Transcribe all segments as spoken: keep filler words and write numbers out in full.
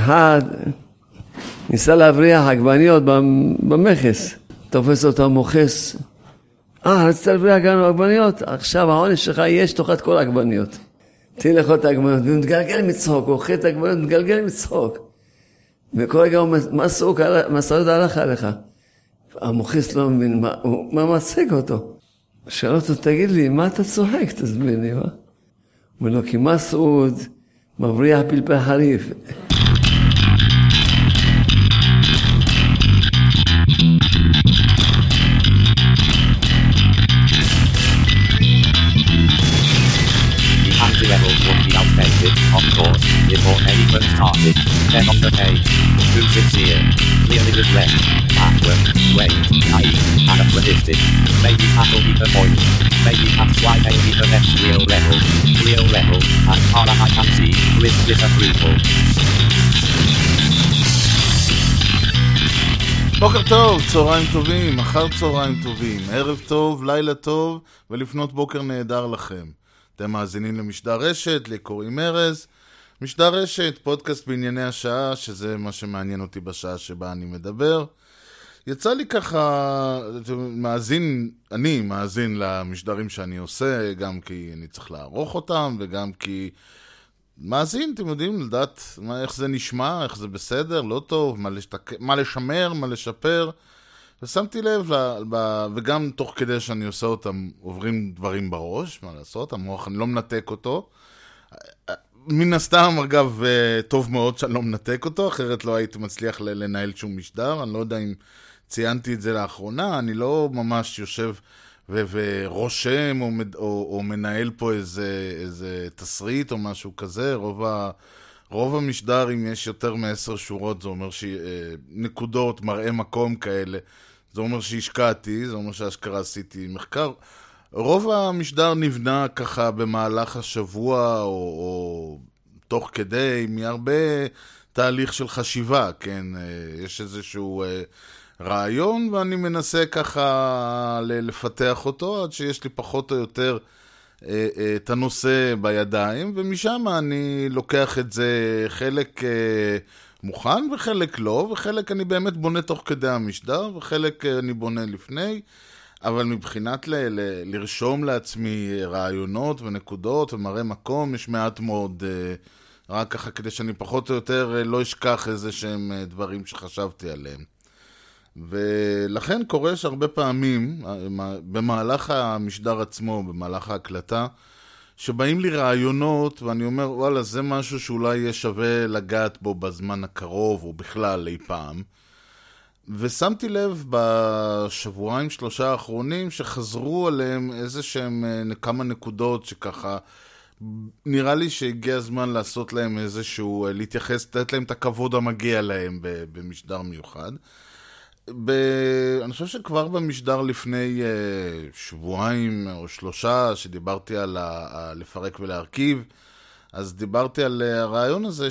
אחד ניסה להבריח עגבניות במכס, תופס אותו מוכס, אה, רצית להבריח גם עגבניות? עכשיו העונש שלך יש תאכל את כל העגבניות. תהי לאכול את העגבניות, והוא מתגלגל מצחוק, הוא אוכל את העגבניות, מתגלגל מצחוק. וכל רגע הוא מסעוק, מסעוד הלך עליך. המוכס לא מבין, מה, הוא, מה מצחיק אותו? שאל אותו, תגיד לי, מה אתה צוחק? תסביר לי, מה? הוא אומר לו, כי מסעוד מבריח פלפל חריף. Levels would be outdated, of course, before anyone started. Then on the page, too sincere, clearly regret, backward, wait, naive, anachronistic. Maybe that'll be the point. Maybe that's why they be the next real level. Real level, as far as I can see, with disapproval. בוקר טוב, צהריים טובים, אחר צהריים טובים, ערב טוב, לילה טוב, ולפנות בוקר נהדר לכם. אתם מאזינים למשדר רשת, לקוראים ארז. משדר רשת, פודקאסט בענייני השעה, שזה מה שמעניין אותי בשעה שבה אני מדבר. יצא לי ככה, מאזין, אני מאזין למשדרים שאני עושה, גם כי אני צריך לערוך אותם, וגם כי מאזין, אתם יודעים, לדעת מה, איך זה נשמע, איך זה בסדר, לא טוב, מה, לשתק... מה לשמר, מה לשפר. ושמתי לב, וגם תוך כדי שאני עושה אותם, עוברים דברים בראש, מה לעשות, המוח, אני לא מנתק אותו. מן הסתם, אגב, טוב מאוד שאני לא מנתק אותו, אחרת לא הייתי מצליח לנהל שום משדר, אני לא יודע אם ציינתי את זה לאחרונה, אני לא ממש יושב ו- ורושם או, או, או מנהל פה איזה, איזה תסריט או משהו כזה, רוב ה... רוב המשדר, אם יש יותר מעשר שורות, זה אומר שנקודות, מראה מקום כאלה, זה אומר שהשקעתי, זה אומר שהשקרה עשיתי מחקר. רוב המשדר נבנה ככה במהלך השבוע, או, או תוך כדי, מהרבה תהליך של חשיבה, כן? יש איזשהו רעיון, ואני מנסה ככה לפתח אותו, עד שיש לי פחות או יותר את הנושא בידיים, ומשם אני לוקח את זה חלק מוכן וחלק לא, וחלק אני באמת בונה תוך כדי המשדר, וחלק אני בונה לפני, אבל מבחינת ל- ל- לרשום לעצמי רעיונות ונקודות ומראה מקום, יש מעט מאוד, רק ככה כדי שאני פחות או יותר לא אשכח איזה שהם דברים שחשבתי עליהם. ולכן קורה שהרבה פעמים, במהלך המשדר עצמו, במהלך ההקלטה, שבאים לי רעיונות, ואני אומר, וואלה, זה משהו שאולי יהיה שווה לגעת בו בזמן הקרוב, או בכלל אי פעם. ושמתי לב בשבועיים שלושה האחרונים, שחזרו עליהם איזה שהם כמה נקודות, שככה, נראה לי שהגיע הזמן לעשות להם איזשהו, להתייחס, לתת להם את הכבוד המגיע להם במשדר מיוחד. ב... אני חושב שכבר במשדר לפני uh, שבועיים או שלושה שדיברתי על ה... לפרק ולהרכיב, אז דיברתי על הרעיון הזה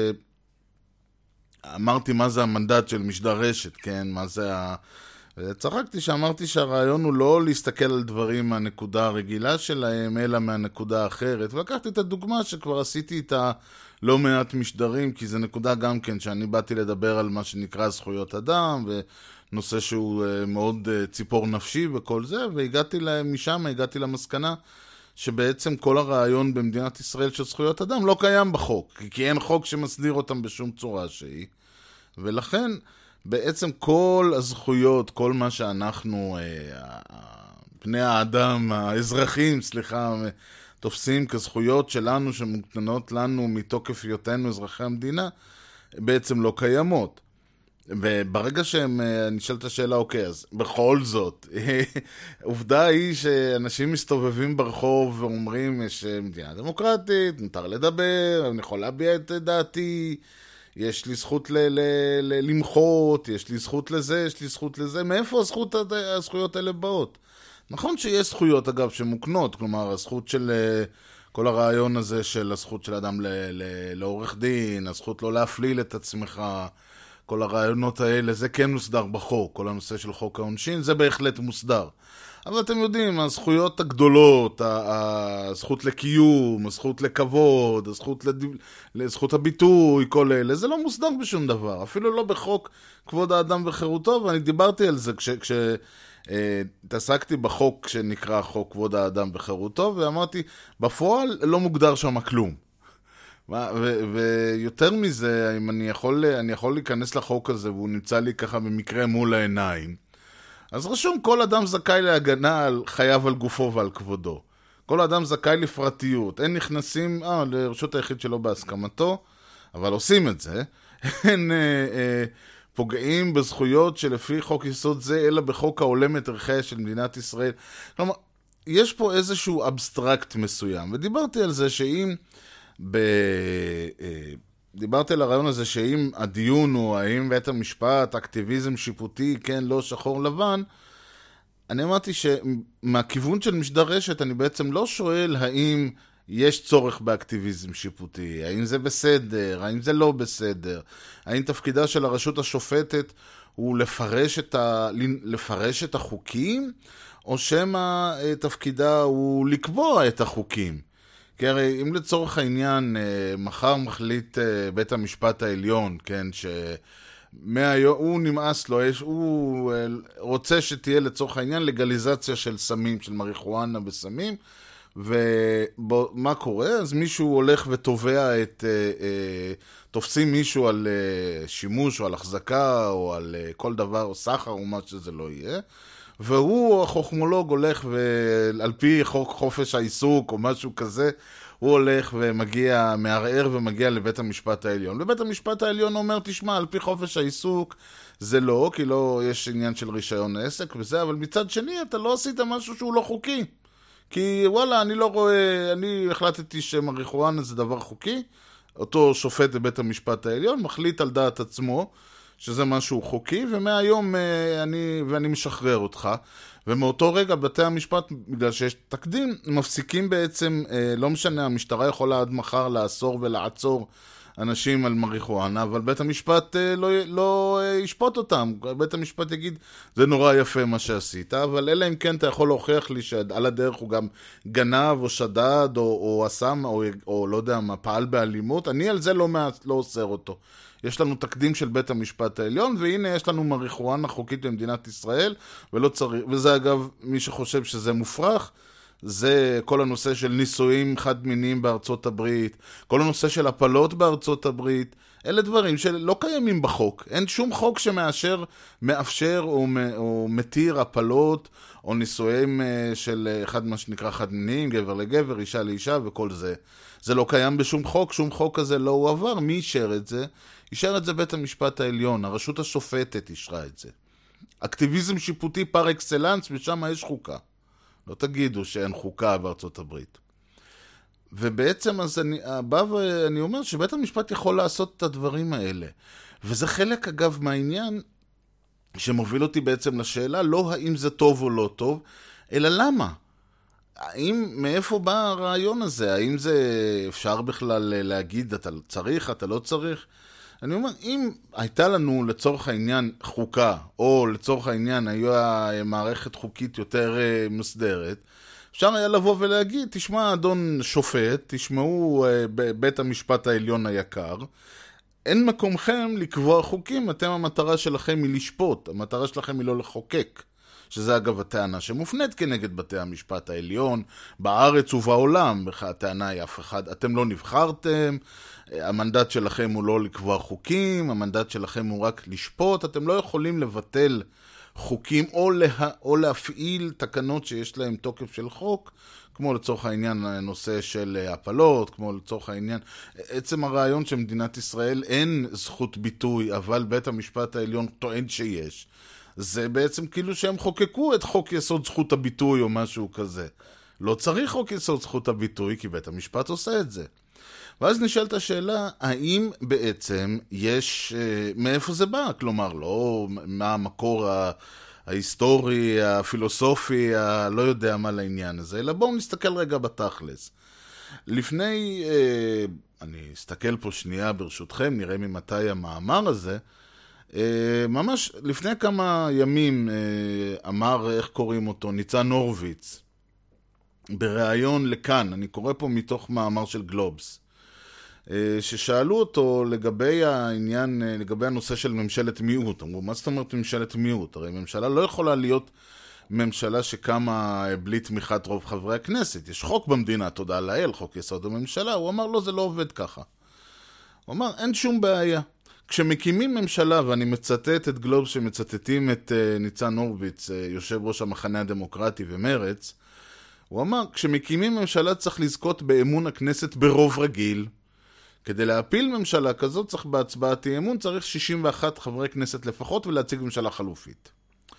שאמרתי מה זה המנדט של משדר רשת, כן? מה זה ה... צחקתי שאמרתי שהרעיון הוא לא להסתכל על דברים מהנקודה הרגילה שלהם, אלא מהנקודה האחרת. ולקחתי את הדוגמה שכבר עשיתי איתה לא מעט משדרים, כי זה נקודה גם כן שאני באתי לדבר על מה שנקרא זכויות אדם, ונושא שהוא מאוד ציפור נפשי וכל זה, והגעתי משם, הגעתי למסקנה שבעצם כל הרעיון במדינת ישראל של זכויות אדם לא קיים בחוק, כי אין חוק שמסדיר אותם בשום צורה שהיא. ולכן בעצם כל הזכויות, כל מה שאנחנו, בני האדם, האזרחים, סליחה, תופסים כזכויות שלנו שמוקטנות לנו מתוקף היותנו אזרחי המדינה, בעצם לא קיימות. וברגע שהם, נשאל את השאלה, אוקיי, אז בכל זאת, עובדה היא שאנשים מסתובבים ברחוב ואומרים, יש מדינה דמוקרטית, מותר לדבר, אני יכול להביע את דעתי, יש לי זכות ל- ל- ל- למחות, יש לי זכות לזה, יש לי זכות לזה. מאיפה הזכות, הזכויות האלה באות? נכון שיש זכויות, אגב, שמוקנות, כלומר, הזכות של כל הרעיון הזה של הזכות של אדם ל- ל- לעורך דין, הזכות לא להפליל את עצמך, כל הרעיונות האלה, זה כן מוסדר בחוק, כל הנושא של חוק העונשין, זה בהחלט מוסדר. אבל אתם יודעים, הזכויות הגדולות, הזכות לקיום, הזכות לכבוד, הזכות לדיו... לזכות הביטוי, כל אלה, זה לא מוסדר בשום דבר, אפילו לא בחוק כבוד האדם וחירותו, ואני דיברתי על זה כש... כש... התעסקתי בחוק שנקרא חוק כבוד האדם וחירותו, ואמרתי, בפועל לא מוגדר שם כלום. ו- ויותר מזה, אם אני יכול, אני יכול להיכנס לחוק הזה, והוא נמצא לי ככה במקרה מול העיניים, אז רשום, כל אדם זכאי להגנה על חייו, על גופו ועל כבודו. כל אדם זכאי לפרטיות. אין נכנסים, אה, לרשות היחיד שלו בהסכמתו, אבל עושים את זה. אין... אה, אה, פוגעים בזכויות שלפי חוק יסוד זה, אלא בחוק ההולם את ערכיה של מדינת ישראל. כלומר, יש פה איזשהו אבסטרקט מסוים, ודיברתי על זה שאם, ב... דיברתי על הרעיון הזה שאם הדיון הוא, האם בית המשפט, אקטיביזם שיפוטי, כן, לא שחור לבן, אני אמרתי שמהכיוון של משדר רשת, אני בעצם לא שואל האם יש צורך באקטיביזם שיפוטי, האם זה בסדר, האם זה לא בסדר, האם תפקידה של הרשות השופטת הוא לפרש את, ה... לפרש את החוקים, או שמה תפקידה הוא לקבוע את החוקים. כי הרי אם לצורך העניין מחר מחליט בית המשפט העליון, כן, שמהיום הוא נמאס לו, הוא רוצה שתהיה לצורך העניין לגליזציה של סמים, של מריחואנה בסמים, ומה קורה? אז מישהו הולך ותובע את, תופסים מישהו על שימוש או על החזקה או על כל דבר או סחר או מה שזה לא יהיה, והוא, החוכמולוג, הולך ועל פי חוק חופש העיסוק או משהו כזה, הוא הולך ומגיע, מערער ומגיע לבית המשפט העליון. ובית המשפט העליון אומר, תשמע, על פי חופש העיסוק זה לא, כי לא יש עניין של רישיון העסק וזה, אבל מצד שני אתה לא עשית משהו שהוא לא חוקי. כי וואלה, אני לא רואה, אני החלטתי שמריחואנה זה דבר חוקי, אותו שופט בבית המשפט העליון מחליט על דעת עצמו שזה משהו חוקי, ומהיום אני, ואני משחרר אותך, ומאותו רגע בתי המשפט, בגלל שיש תקדים, מפסיקים בעצם, לא משנה, המשטרה יכולה עד מחר לאסור ולעצור אנשים על מריחואנה, אבל בית המשפט לא, לא ישפוט אותם. בית המשפט יגיד, זה נורא יפה מה שעשית, אבל אלא אם כן אתה יכול להוכיח לי שעל הדרך הוא גם גנב או שדד או, או עשם או, או לא יודע מה, פעל באלימות, אני על זה לא, לא אוסר אותו. יש לנו תקדים של בית המשפט העליון, והנה יש לנו מריחואנה חוקית במדינת ישראל, ולא צריך, וזה אגב, מי שחושב שזה מופרך, זה כל הנושא של נישואים חד מיניים בארצות הברית, כל הנושא של הפלות בארצות הברית, אלה דברים שלא קיימים בחוק. אין שום חוק שמאשר, מאפשר או, או מתיר הפלות, או נישואים של אחד מה שנקרא חד מיניים, גבר לגבר, אישה לאישה וכל זה. זה לא קיים בשום חוק, שום חוק הזה לא הועבר. מי אישר את זה? אישר את זה בית המשפט העליון, הרשות השופטת אישרה את זה. אקטיביזם שיפוטי פר אקסלנס, ושם יש חוקה. לא תגידו שאין חוקה בארצות הברית. ובעצם אז אני בא ואני אומר שבית המשפט יכול לעשות את הדברים האלה. וזה חלק אגב מהעניין שמוביל אותי בעצם לשאלה, לא האם זה טוב או לא טוב, אלא למה? האם, מאיפה בא הרעיון הזה? האם זה אפשר בכלל להגיד, אתה צריך, אתה לא צריך? אני אומר, אם הייתה לנו לצורך העניין חוקה, או לצורך העניין היה מערכת חוקית יותר מסדרת, אפשר היה לבוא ולהגיד, תשמע אדון שופט, תשמעו בית המשפט העליון היקר, אין מקומכם לקבוע חוקים, אתם המטרה שלכם היא לשפוט, המטרה שלכם היא לא לחוקק. שזה אגב הטענה שמופנית כנגד בתי המשפט העליון, בארץ ובעולם, הטענה היא אף אחד, אתם לא נבחרתם, המנדט שלכם הוא לא לקבוע חוקים, המנדט שלכם הוא רק לשפוט, אתם לא יכולים לבטל חוקים או, לה, או להפעיל תקנות שיש להם תוקף של חוק, כמו לצורך העניין הנושא של הפלות, כמו לצורך העניין, עצם הרעיון שמדינת ישראל אין זכות ביטוי, אבל בית המשפט העליון טוען שיש. זה בעצם כאילו שהם חוקקו את חוק יסוד זכות הביטוי או משהו כזה. לא צריך חוק יסוד זכות הביטוי, כי בית המשפט עושה את זה. ואז נשאלת השאלה, האם בעצם יש, מאיפה זה בא? כלומר, לא מה המקור ההיסטורי, הפילוסופי, לא יודע מה לעניין הזה, אלא בואו נסתכל רגע בתכלס. לפני, אני אסתכל פה שנייה ברשותכם, נראה ממתי המאמר הזה, ממש לפני כמה ימים אמר, איך קוראים אותו, ניצן הורוביץ, בריאיון לכאן, אני קורא פה מתוך מאמר של גלובס, ששאלו אותו לגבי העניין, לגבי הנושא של ממשלת מיעוט. אמרו, מה זאת אומרת ממשלת מיעוט? הרי ממשלה לא יכולה להיות ממשלה שקמה בלי תמיכת רוב חברי הכנסת. יש חוק במדינה, תודה לאל, חוק יסוד הממשלה. הוא אמר, לא, זה לא עובד ככה. הוא אמר, אין שום בעיה. כשמקימים ממשלה, ואני מצטט את גלובס שמצטטים את ניצן הורוביץ, יושב ראש המחנה הדמוקרטי ומרץ, הוא אמר, כשמקימים ממשלה צריך לזכות באמון הכנסת ברוב רגיל. כדי להפיל ממשלה כזאת צריך בהצבעת אי-אמון, צריך שישים ואחד חברי כנסת לפחות ולהציג ממשלה חלופית.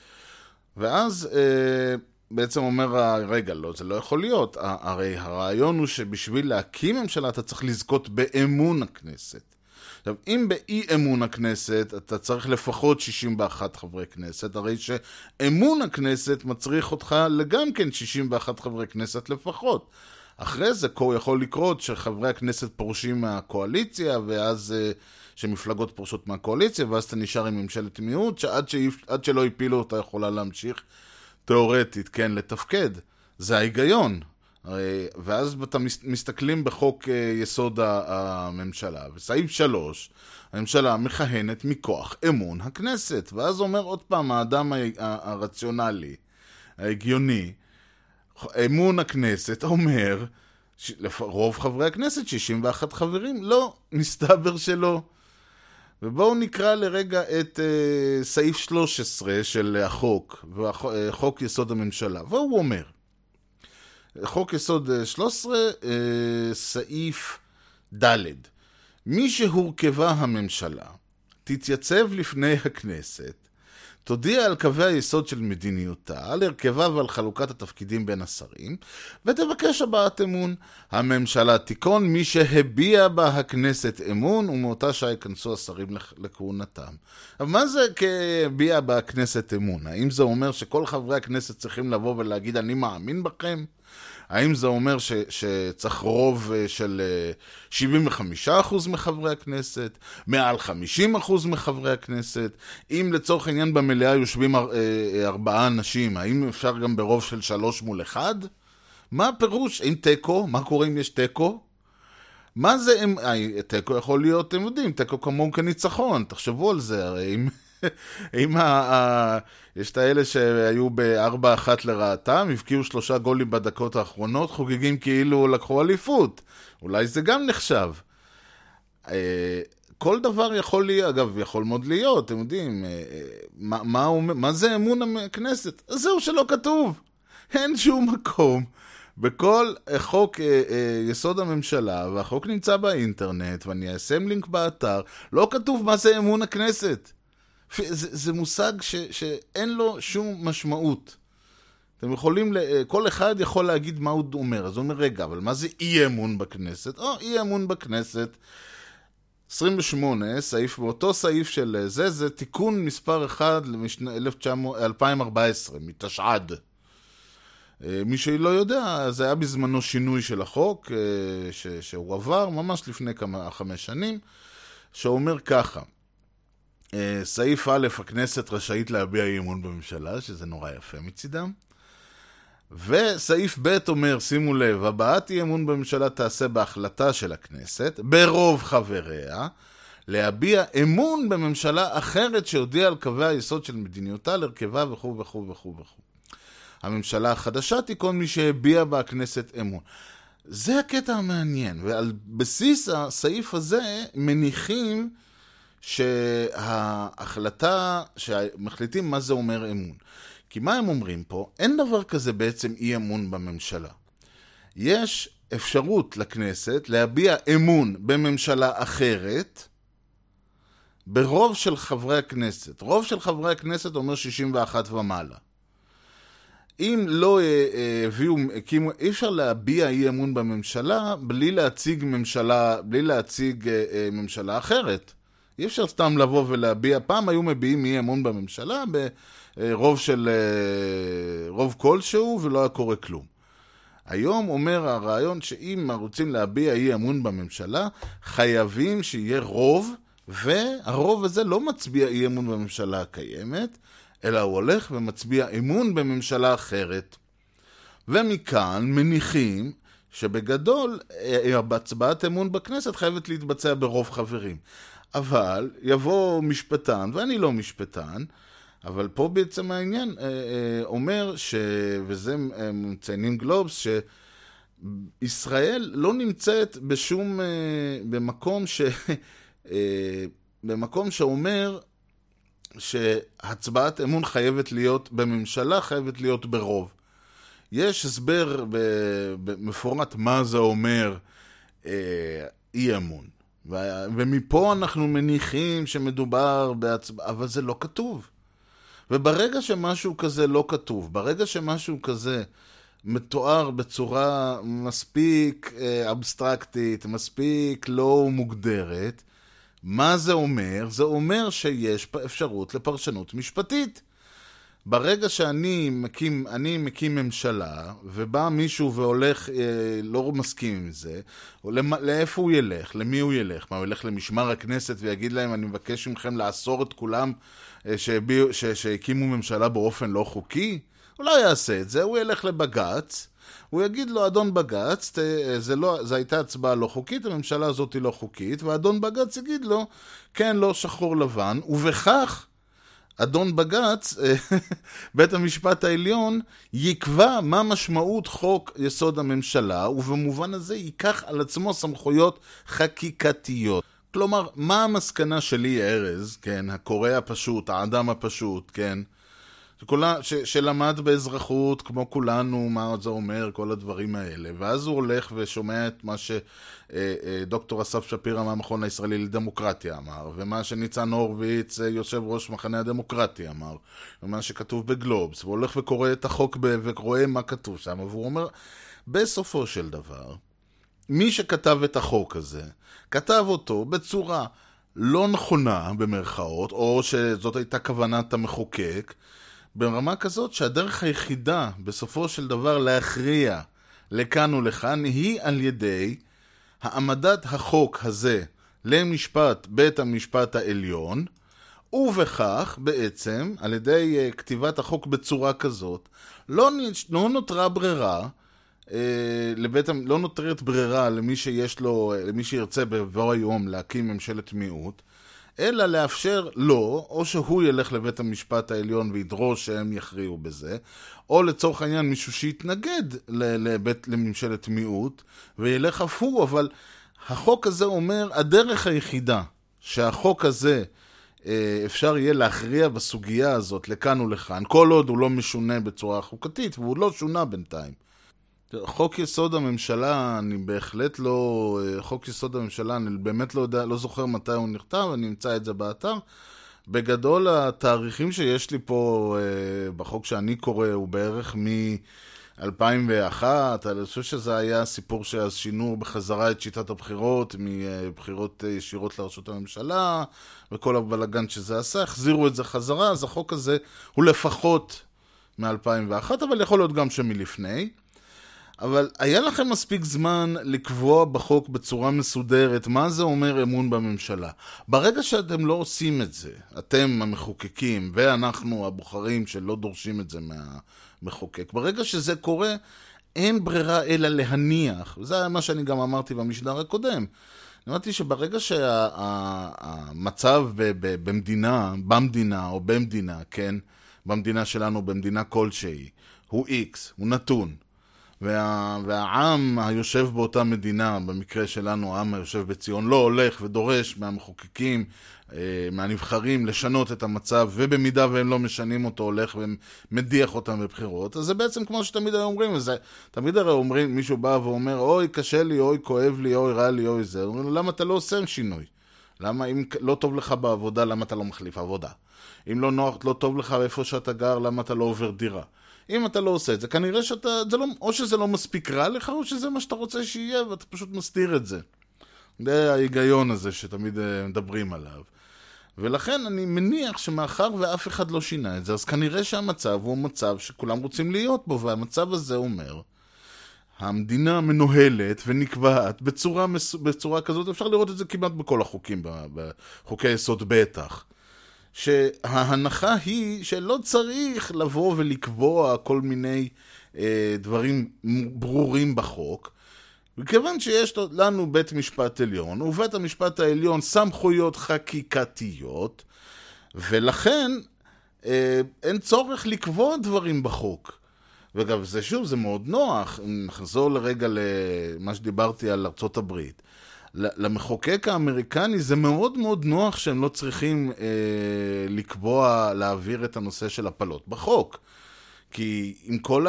ואז אה, בעצם אומר, רגע, לא, זה לא יכול להיות. הרי הרעיון הוא שבשביל להקים ממשלה אתה צריך לזכות באמון הכנסת. עכשיו, אם באי אמון הכנסת אתה צריך לפחות שישים ואחד חברי כנסת, הרי שאמון הכנסת מצריך אותך לגם כן שישים ואחד חברי כנסת לפחות. אחרי זה יכול לקרות שחברי הכנסת פורשים מהקואליציה, ואז שמפלגות פורשות מהקואליציה, ואז אתה נשאר עם ממשלת מיעוט, שעד שעד שלא הפילו אותה יכולה להמשיך תיאורטית, כן, לתפקד. זה ההיגיון. ואז אתם מסתכלים בחוק יסוד הממשלה, בסעיף שלוש, הממשלה מכהנת מכוח אמון הכנסת, ואז אומר עוד פעם האדם הרציונלי, ההגיוני, אמון הכנסת אומר, רוב חברי הכנסת, שישים ואחד חברים, לא, מסתבר שלא. ובואו נקרא לרגע את uh, סעיף שלוש עשרה של החוק, חוק יסוד הממשלה, והוא אומר, חוק יסוד שלוש עשרה, uh, סעיף ד' מי שהורכבה הממשלה, תתייצב לפני הכנסת, תודיע על קווי היסוד של מדיניותה, על הרכבה ועל חלוקת התפקידים בין השרים, ותבקש הבעת אמון. הממשלה תיקון מי שהביע בה הכנסת אמון, ומאותה שעה יכנסו השרים לכהונתם. אבל מה זה כהביע בה הכנסת אמון? האם זה אומר שכל חברי הכנסת צריכים לבוא ולהגיד אני מאמין בכם? האם זה אומר ש, שצריך רוב של שבעים וחמישה אחוז מחברי הכנסת, מעל חמישים אחוז מחברי הכנסת? אם לצורך העניין במליאה יושבים ארבעה אנשים, האם אפשר גם ברוב של שלוש מול אחד? מה הפירוש? אם טקו? מה קורה אם יש טקו? מה זה, אם, טקו יכול להיות, אתם יודעים, טקו כמוהו כניצחון, תחשבו על זה, הרי אם... אם ה, ה, יש את האלה שהיו בארבע אחת לרעתם, הבקיעו שלושה גולים בדקות האחרונות, חוגגים כאילו לקחו אליפות. אולי זה גם נחשב. כל דבר יכול להיות, אגב, יכול מאוד להיות, אתם יודעים, מה, מה, מה זה אמון הכנסת? זהו שלא כתוב. אין שום מקום. בכל חוק יסוד הממשלה, והחוק נמצא באינטרנט, ואני אעשם לינק באתר, לא כתוב מה זה אמון הכנסת. זה, זה מושג ש, שאין לו שום משמעות. אתם יכולים, כל אחד יכול להגיד מה הוא אומר. אז הוא אומר, רגע, אבל מה זה אי אמון בכנסת? או, אי אמון בכנסת. עשרים ושמונה, סעיף, באותו סעיף של זה, זה תיקון מספר אחד ל-אלפיים וארבע עשרה, מתשעד. מי שלא יודע, זה היה בזמנו שינוי של החוק, ש, שהוא עבר ממש לפני כמה, חמש שנים, שאומר ככה, סעיף א', הכנסת רשאית להביע אי אמון בממשלה, שזה נורא יפה מצידם. וסעיף ב' אומר, שימו לב, הבעת אי אמון בממשלה תעשה בהחלטה של הכנסת, ברוב חבריה, להביע אמון בממשלה אחרת שהודיעה על קווי היסוד של מדיניותה, להרכבה וכו' וכו' וכו' וכו'. הממשלה החדשה תיקון מי שהביע בה הכנסת אמון. זה הקטע המעניין, ועל בסיס הסעיף הזה מניחים שההחלטה, שמחליטים מה זה אומר אמון. כי מה הם אומרים פה? אין דבר כזה בעצם אי אמון בממשלה. יש אפשרות לכנסת להביע אמון בממשלה אחרת ברוב של חברי הכנסת. רוב של חברי הכנסת אומר שישים ואחת ומעלה. אם לא הביאו, אי אפשר להביע אי אמון בממשלה בלי להציג ממשלה, בלי להציג ממשלה אחרת. אי אפשר סתם לבוא ולהביע, פעם היו מביעים אי אמון בממשלה ברוב של, רוב כלשהו ולא היה קורה כלום. היום אומר הרעיון שאם רוצים להביע אי אמון בממשלה, חייבים שיהיה רוב והרוב הזה לא מצביע אי אמון בממשלה הקיימת, אלא הוא הולך ומצביע אמון בממשלה אחרת. ומכאן מניחים שבגדול בהצבעת אמון בכנסת חייבת להתבצע ברוב חברים. אבל יבוא משפטן, ואני לא משפטן, אבל פה בעצם העניין אומר, ש... וזה מציינים גלובס, שישראל לא נמצאת בשום, במקום ש... במקום שאומר שהצבעת אמון חייבת להיות בממשלה, חייבת להיות ברוב. יש הסבר במפורט מה זה אומר אי אמון. ומפה אנחנו מניחים שמדובר בהצבעה, אבל זה לא כתוב. וברגע שמשהו כזה לא כתוב, ברגע שמשהו כזה מתואר בצורה מספיק אבסטרקטית, מספיק לא מוגדרת, מה זה אומר? זה אומר שיש אפשרות לפרשנות משפטית. ברגע שאני מקים, אני מקים ממשלה, ובא מישהו והולך, אה, לא מסכים עם זה, למ, לאיפה הוא ילך? למי הוא ילך? מה, הוא ילך למשמר הכנסת ויגיד להם, אני מבקש מכם לאסור את כולם אה, שהביאו, ש, שהקימו ממשלה באופן לא חוקי? הוא לא יעשה את זה, הוא ילך לבגץ, הוא יגיד לו, אדון בגץ, זה, לא, זה הייתה הצבעה לא חוקית, הממשלה הזאת היא לא חוקית, ואדון בגץ יגיד לו, כן, לא שחור לבן, ובכך, אדון בגץ, בית המשפט העליון, יקבע מה משמעות חוק יסוד הממשלה, ובמובן הזה ייקח על עצמו סמכויות חקיקתיות. כלומר, מה המסקנה שלי, ארז, כן, הקורא הפשוט, האדם הפשוט, כן, שכולה, ש, שלמד באזרחות כמו כולנו, מה זה אומר, כל הדברים האלה. ואז הוא הולך ושומע את מה שדוקטור אסף שפירא מהמכון הישראלי לדמוקרטיה אמר, ומה שניצן הורוביץ, יושב ראש מחנה הדמוקרטיה אמר, ומה שכתוב בגלובס, והוא הולך וקורא את החוק ב, ורואה מה כתוב שם, והוא אומר, בסופו של דבר, מי שכתב את החוק הזה, כתב אותו בצורה לא נכונה במרכאות, או שזאת הייתה כוונת המחוקק, ברמה כזאת שהדרך היחידה בסופו של דבר להכריע לכאן ולכאן היא על ידי העמדת החוק הזה למשפט בית המשפט העליון, ובכך בעצם על ידי כתיבת החוק בצורה כזאת לא, לא נותרה ברירה, לבית, לא נותרת ברירה למי שיש לו, למי שירצה בבוא היום להקים ממשלת מיעוט, אלא לאפשר לו, או שהוא ילך לבית המשפט העליון וידרוש שהם יכריעו בזה, או לצורך העניין מישהו שיתנגד לבית, לממשלת מיעוט, וילך אף הוא, אבל החוק הזה אומר, הדרך היחידה שהחוק הזה אפשר יהיה להכריע בסוגיה הזאת לכאן ולכאן, כל עוד הוא לא משונה בצורה חוקתית, והוא לא שונה בינתיים. חוק יסוד הממשלה, אני בהחלט לא, חוק יסוד הממשלה, אני באמת לא יודע, לא זוכר מתי הוא נכתב, אני אמצא את זה באתר. בגדול, התאריכים שיש לי פה בחוק שאני קורא, הוא בערך מ-אלפיים ואחת, אני חושב שזה היה סיפור שאז שינו בחזרה את שיטת הבחירות, מבחירות ישירות לרשות הממשלה, וכל הבלגן שזה עשה, החזירו את זה חזרה, אז החוק הזה הוא לפחות מ-אלפיים ואחת, אבל יכול להיות גם שמלפני. אבל היה לכם מספיק זמן לקבוע בחוק בצורה מסודרת מה זה אומר אמון בממשלה. ברגע שאתם לא עושים את זה, אתם המחוקקים ואנחנו הבוחרים שלא דורשים את זה מהמחוקק, ברגע שזה קורה, אין ברירה אלא להניח. וזה מה שאני גם אמרתי במשדר הקודם. אמרתי שברגע שהמצב במדינה, במדינה או במדינה, כן, במדינה שלנו, במדינה כלשהי, הוא X, הוא נתון, וה, והעם היושב באותה מדינה, במקרה שלנו העם היושב בציון, לא הולך ודורש מהמחוקקים, מהנבחרים לשנות את המצב, ובמידה והם לא משנים אותו, הולך ומדיח אותם בבחירות. אז זה בעצם כמו שתמיד הרי אומרים, זה, תמיד הרי אומרים, מישהו בא ואומר, אוי קשה לי, אוי כואב לי, אוי רע לי, אוי זה. אומרים, למה אתה לא עושה שינוי? למה אם לא טוב לך בעבודה, למה אתה לא מחליף עבודה? אם לא נוח, לא טוב לך איפה שאתה גר, למה אתה לא עובר דירה? אם אתה לא עושה את זה, כנראה שאתה, זה לא, או שזה לא מספיק רע לך, או שזה מה שאתה רוצה שיהיה, ואתה פשוט מסתיר את זה. זה ההיגיון הזה שתמיד מדברים עליו. ולכן אני מניח שמאחר ואף אחד לא שינה את זה, אז כנראה שהמצב הוא מצב שכולם רוצים להיות בו, והמצב הזה אומר, המדינה מנוהלת ונקבעת בצורה, בצורה כזאת, אפשר לראות את זה כמעט בכל החוקים, בחוקי יסוד בטח. שההנחה היא שלא צריך לבוא ולקבוע כל מיני אה, דברים ברורים בחוק, וכיוון שיש לנו בית משפט עליון, ובית המשפט העליון סמכויות חקיקתיות, ולכן אה, אין צורך לקבוע דברים בחוק. וגם זה שוב, זה מאוד נוח, נחזור לרגע למה שדיברתי על ארצות הברית. למחוקק האמריקני זה מאוד מאוד נוח שהם לא צריכים אה, לקבוע, להעביר את הנושא של הפלות בחוק. כי עם כל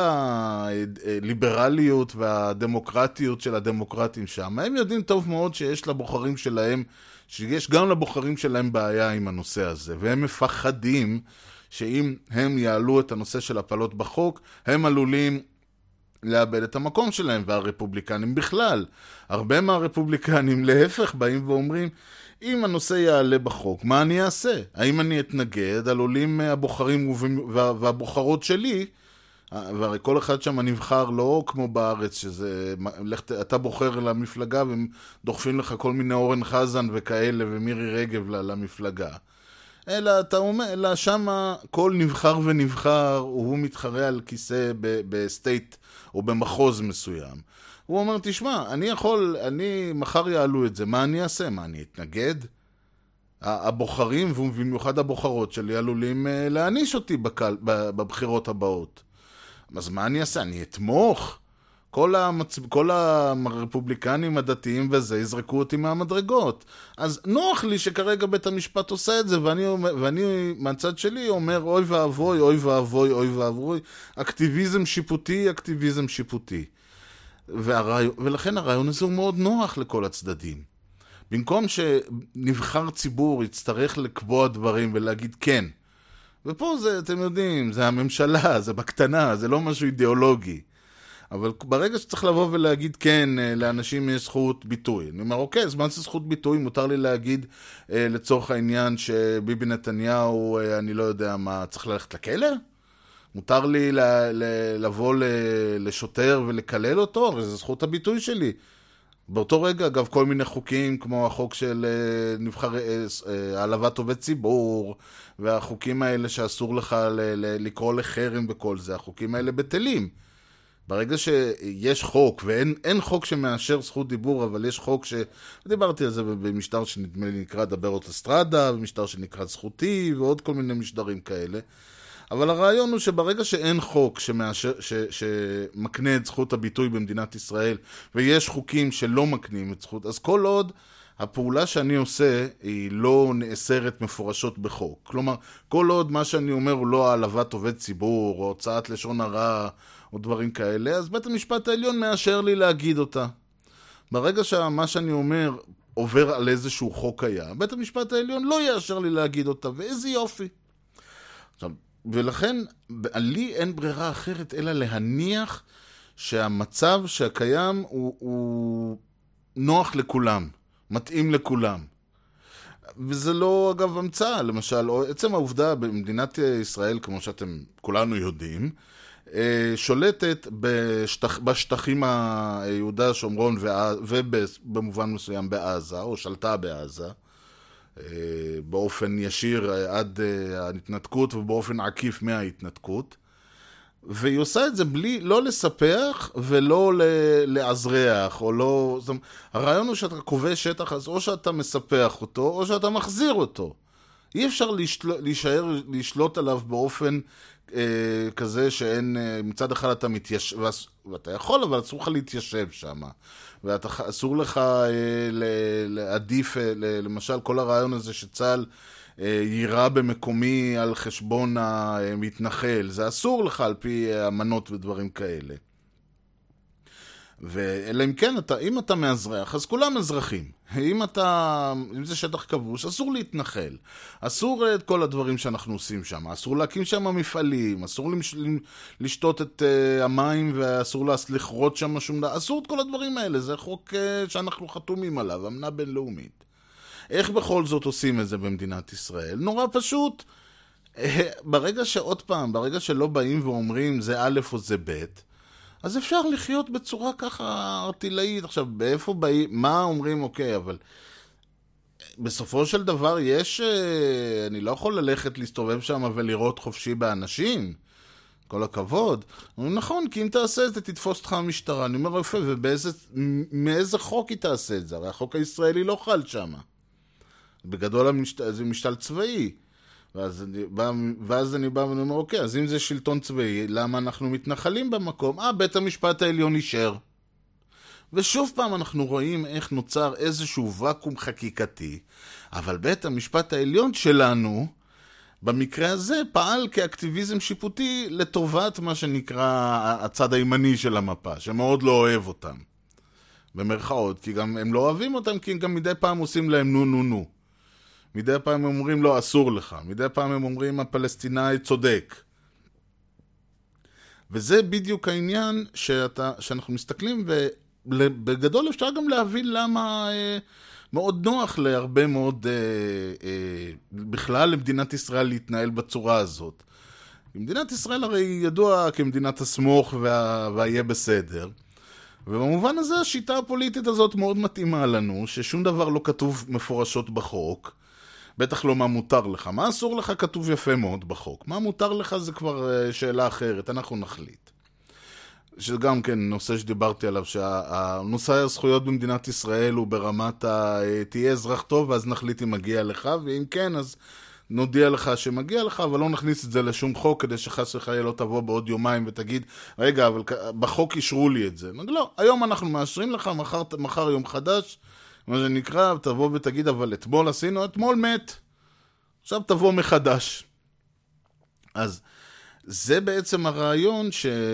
הליברליות והדמוקרטיות של הדמוקרטים שם, הם יודעים טוב מאוד שיש לבוחרים שלהם, שיש גם לבוחרים שלהם בעיה עם הנושא הזה, והם מפחדים שאם הם יעלו את הנושא של הפלות בחוק, הם עלולים לאבד את המקום שלהם, והרפובליקנים בכלל. הרבה מהרפובליקנים להפך באים ואומרים, אם הנושא יעלה בחוק, מה אני אעשה? האם אני אתנגד? עלולים הבוחרים והבוחרות שלי, והרי כל אחד שם נבחר לא כמו בארץ, שזה, אתה בוחר למפלגה והם דוחפים לך כל מיני אורן חזן וכאלה ומירי רגב למפלגה. אלא אתה אומר, אלא שמה כל נבחר ונבחר, הוא מתחרה על כיסא בסטייט או במחוז מסוים. הוא אומר, תשמע, אני יכול, אני מחר יעלו את זה, מה אני אעשה? מה אני אתנגד? הבוחרים, ובמיוחד הבוחרות שלי, עלולים להעניש אותי בקל, בבחירות הבאות. אז מה אני אעשה? אני אתמוך? כל, המצ... כל הרפובליקנים הדתיים וזה יזרקו אותי מהמדרגות. אז נוח לי שכרגע בית המשפט עושה את זה, ואני, ואני מהצד שלי אומר, אוי ואבוי, אוי ואבוי, אוי ואבוי, אקטיביזם שיפוטי, אקטיביזם שיפוטי. והרעי... ולכן הרעיון הזה הוא מאוד נוח לכל הצדדים. במקום שנבחר ציבור יצטרך לקבוע דברים ולהגיד כן. ופה זה, אתם יודעים, זה הממשלה, זה בקטנה, זה לא משהו אידיאולוגי. אבל ברגע שצריך לבוא ולהגיד כן, לאנשים יש זכות ביטוי. אני אומר, אוקיי, זמן זה זכות ביטוי, מותר לי להגיד לצורך העניין שביבי נתניהו, אני לא יודע מה, צריך ללכת לכלא? מותר לי לבוא לשוטר ולקלל אותו, אבל זה זכות הביטוי שלי. באותו רגע, אגב, כל מיני חוקים, כמו החוק של נבחר, העלבת עובד ציבור, והחוקים האלה שאסור לך לקרוא לחרם וכל זה, החוקים האלה בטלים. ברגע שיש חוק, ואין אין חוק שמאשר זכות דיבור, אבל יש חוק ש... דיברתי על זה במשטר שנדמה לי נקרא דבר אוטוסטרדה, במשטר שנקרא זכותי, ועוד כל מיני משטרים כאלה. אבל הרעיון הוא שברגע שאין חוק שמאשר, ש, שמקנה את זכות הביטוי במדינת ישראל, ויש חוקים שלא מקנים את זכות, אז כל עוד הפעולה שאני עושה היא לא נאסרת מפורשות בחוק. כלומר, כל עוד מה שאני אומר הוא לא העלבת עובד ציבור, או הוצאת לשון הרע, או דברים כאלה, אז בית המשפט העליון מאשר לי להגיד אותה. ברגע שמה שאני אומר עובר על איזשהו חוק היה, בית המשפט העליון לא יאשר לי להגיד אותה, ואיזה יופי. עכשיו, ולכן, לי אין ברירה אחרת אלא להניח שהמצב שקיים הוא, הוא נוח לכולם, מתאים לכולם. וזה לא אגב המצאה, למשל, או עצם העובדה במדינת ישראל, כמו שאתם כולנו יודעים, שולטת בשטח, בשטחים היהודה, שומרון ובמובן מסוים בעזה, או שלטה בעזה, באופן ישיר עד ההתנתקות ובאופן עקיף מההתנתקות, והיא עושה את זה בלי, לא לספח ולא לעזרח, או לא... זאת אומרת, הרעיון הוא שאתה קובע שטח, אז או שאתה מספח אותו, או שאתה מחזיר אותו. אי אפשר לשל... להישאר, לשלוט עליו באופן אה, כזה שאין, אה, מצד אחד אתה מתיישב, ואתה יכול, אבל אסור לך להתיישב שם. ואסור לך אה, להעדיף, אה, למשל, כל הרעיון הזה שצה"ל יירה במקומי על חשבון המתנחל, זה אסור לך על פי אמנות ודברים כאלה. ואלא אם כן, אתה, אם אתה מאזרח, אז כולם אזרחים. אם אתה, אם זה שטח כבוש, אסור להתנחל. אסור את כל הדברים שאנחנו עושים שם. אסור להקים שם מפעלים, אסור לשתות את uh, המים, ואסור לכרות שם שום דבר. אסור את כל הדברים האלה. זה חוק uh, שאנחנו חתומים עליו, אמנה בינלאומית. איך בכל זאת עושים את זה במדינת ישראל? נורא פשוט. ברגע שעוד פעם, ברגע שלא באים ואומרים זה א' או זה ב', אז אפשר לחיות בצורה ככה ארטילאית. עכשיו, באיפה באים, מה אומרים, אוקיי, אבל בסופו של דבר יש, אני לא יכול ללכת להסתובב שם ולראות חופשי באנשים, כל הכבוד. נכון, כי אם תעשה את זה, תתפוס אותך המשטרה. אני אומר, יפה, ומאיזה חוק היא תעשה את זה? הרי החוק הישראלי לא חל שם. בגדול המשת... זה משתל צבאי. ואז אני, בא, ואז אני בא ואני אומר, אוקיי, אז אם זה שלטון צבאי, למה אנחנו מתנחלים במקום? אה, בית המשפט העליון אישר. ושוב פעם אנחנו רואים איך נוצר איזשהו וקום חקיקתי, אבל בית המשפט העליון שלנו, במקרה הזה, פעל כאקטיביזם שיפוטי לטובת מה שנקרא הצד הימני של המפה, שמאוד לא אוהב אותם. במרכאות, כי גם הם לא אוהבים אותם, כי גם מדי פעם עושים להם נו נו נו. מדי פעם הם אומרים לא, אסור לך. מדי פעם הם אומרים הפלסטיני צודק. וזה בדיוק העניין שאתה, שאנחנו מסתכלים, ובגדול אפשר גם להבין למה אה, מאוד נוח להרבה מאוד, אה, אה, בכלל למדינת ישראל להתנהל בצורה הזאת. מדינת ישראל הרי ידוע כמדינת הסמוך וה, והיהיה בסדר. ובמובן הזה השיטה הפוליטית הזאת מאוד מתאימה לנו, ששום דבר לא כתוב מפורשות בחוק, בטח לא מה מותר לך. מה אסור לך כתוב יפה מאוד בחוק. מה מותר לך זה כבר שאלה אחרת, אנחנו נחליט. שגם כן נושא שדיברתי עליו, שהנושא הזכויות במדינת ישראל הוא ברמת ה... תהיה אזרח טוב ואז נחליט אם מגיע לך, ואם כן אז נודיע לך שמגיע לך, אבל לא נכניס את זה לשום חוק, כדי שחס וחלילה לא תבוא בעוד יומיים ותגיד, רגע, אבל בחוק אישרו לי את זה. לא, היום אנחנו מאשרים לך, מחר, מחר יום חדש, מה שנקרא, תבוא ותגיד, אבל אתמול עשינו, אתמול מת. עכשיו תבוא מחדש. אז זה בעצם הרעיון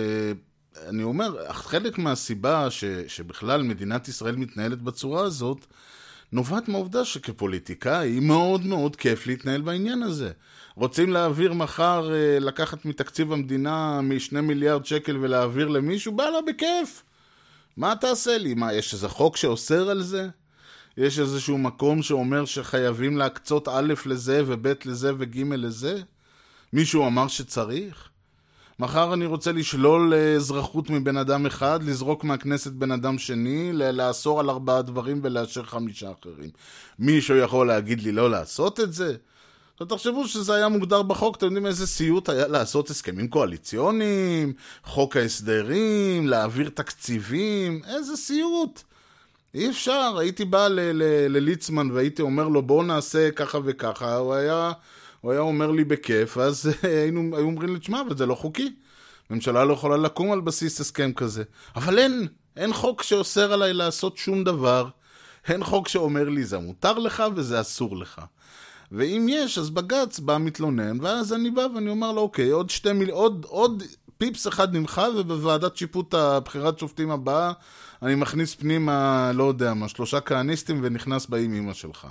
שאני אומר, חלק מהסיבה ש, שבכלל מדינת ישראל מתנהלת בצורה הזאת, נובעת מהעובדה שכפוליטיקאי מאוד מאוד כיף להתנהל בעניין הזה. רוצים להעביר מחר, לקחת מתקציב המדינה משני מיליארד שקל ולהעביר למישהו, בא לה בכיף. מה תעשה לי? מה, יש איזה חוק שאוסר על זה? יש איזשהו מקום שאומר שחייבים להקצות א' לזה וב' לזה וג' לזה? מישהו אמר שצריך? מחר אני רוצה לשלול אזרחות מבן אדם אחד, לזרוק מהכנסת בן אדם שני, לאסור על ארבעה דברים ולאשר חמישה אחרים. מישהו יכול להגיד לי לא לעשות את זה? תחשבו שזה היה מוגדר בחוק, אתם יודעים איזה סיוט היה לעשות הסכמים קואליציוניים, חוק ההסדרים, להעביר תקציבים, איזה סיוט. אי אפשר, הייתי בא לליצמן והייתי אומר לו בואו נעשה ככה וככה, הוא היה, הוא היה אומר לי בכיף, אז היינו, היו אומרים לי, תשמע, אבל זה לא חוקי. ממשלה לא יכולה לקום על בסיס הסכם כזה. אבל אין, אין חוק שאוסר עליי לעשות שום דבר, אין חוק שאומר לי זה מותר לך וזה אסור לך. ואם יש, אז בגץ בא מתלונן, ואז אני בא ואני אומר לו, אוקיי, עוד שתי מיל... עוד, עוד פיפס אחד ממך, ובוועדת שיפוט הבחירת שופטים הבאה, אני מכניס פנימה, לא יודע מה, שלושה כהניסטים ונכנס באים אמא שלך.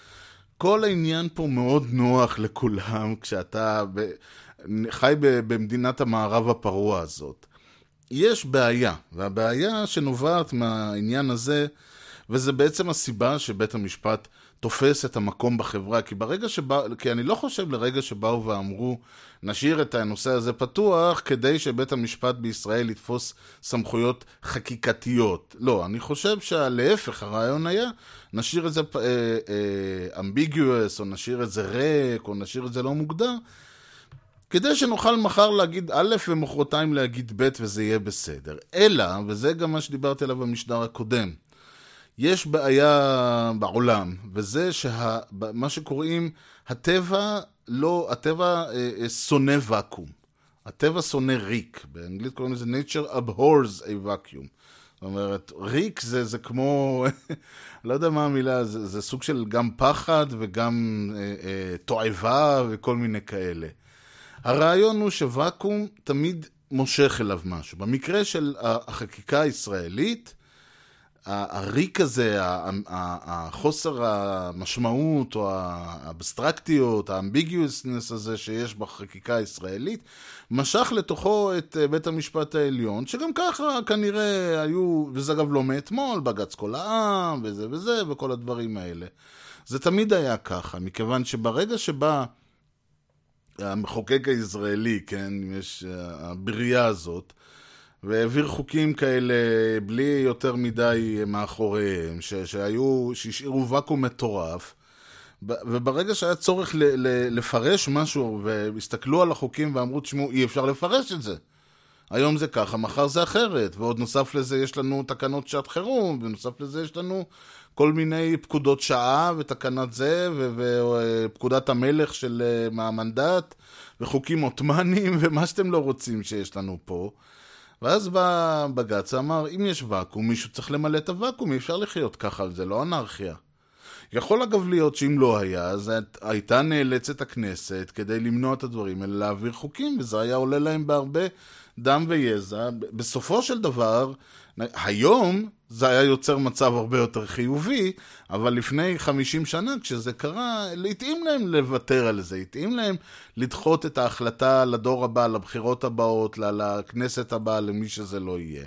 כל העניין פה מאוד נוח לכולם, כשאתה ב... חי ב... במדינת המערב הפרוע הזאת. יש בעיה, והבעיה שנובעת מהעניין הזה, וזה בעצם הסיבה שבית המשפט תופס את המקום בחברה, כי ברגע שבא, כי אני לא חושב לרגע שבאו ואמרו, נשאיר את הנושא הזה פתוח, כדי שבית המשפט בישראל יתפוס סמכויות חקיקתיות. לא, אני חושב שהלהפך, הרעיון היה, נשאיר את זה אמביגיוס, או נשאיר את זה ריק, או נשאיר את זה לא מוגדר, כדי שנוכל מחר להגיד א' ומחרתיים להגיד ב' וזה יהיה בסדר. אלא, וזה גם מה שדיברתי עליו במשדר הקודם, יש בעיה בעולם, וזה שמה שקוראים, הטבע לא, הטבע אה, שונא וקום. הטבע שונא ריק. באנגלית קוראים לזה nature abhors a vacuum. זאת אומרת, ריק זה, זה כמו, לא יודע מה המילה, זה, זה סוג של גם פחד וגם אה, אה, תועבה וכל מיני כאלה. הרעיון הוא שוואקום תמיד מושך אליו משהו. במקרה של החקיקה הישראלית, הריק הזה, החוסר המשמעות או האבסטרקטיות, האמביגיוסנס הזה שיש בחקיקה הישראלית, משך לתוכו את בית המשפט העליון, שגם ככה כנראה היו, וזה אגב לא מאתמול, בג"ץ כל העם וזה וזה וכל הדברים האלה. זה תמיד היה ככה, מכיוון שברגע שבא המחוקק הישראלי, כן, יש הבריאה הזאת, והעביר חוקים כאלה בלי יותר מדי מאחוריהם, ש- שהיו, שהשאירו וקום מטורף, וברגע שהיה צורך ל- ל- לפרש משהו, והסתכלו על החוקים ואמרו, תשמעו, אי אפשר לפרש את זה. היום זה ככה, מחר זה אחרת, ועוד נוסף לזה יש לנו תקנות שעת חירום, ונוסף לזה יש לנו כל מיני פקודות שעה, ותקנת זה, ופקודת המלך של מהמנדט, וחוקים עות'מאנים, ומה שאתם לא רוצים שיש לנו פה. ואז בא בג"ץ אמר, אם יש ואקום, מישהו צריך למלא את הוואקום, אי אפשר לחיות ככה, זה לא אנרכיה. יכול אגב להיות שאם לא היה, אז הייתה נאלצת הכנסת כדי למנוע את הדברים האלה, להעביר חוקים, וזה היה עולה להם בהרבה דם ויזע. בסופו של דבר, היום זה היה יוצר מצב הרבה יותר חיובי, אבל לפני חמישים שנה כשזה קרה, להתאים להם לוותר על זה, להתאים להם לדחות את ההחלטה לדור הבא, לבחירות הבאות, לכנסת הבאה, למי שזה לא יהיה.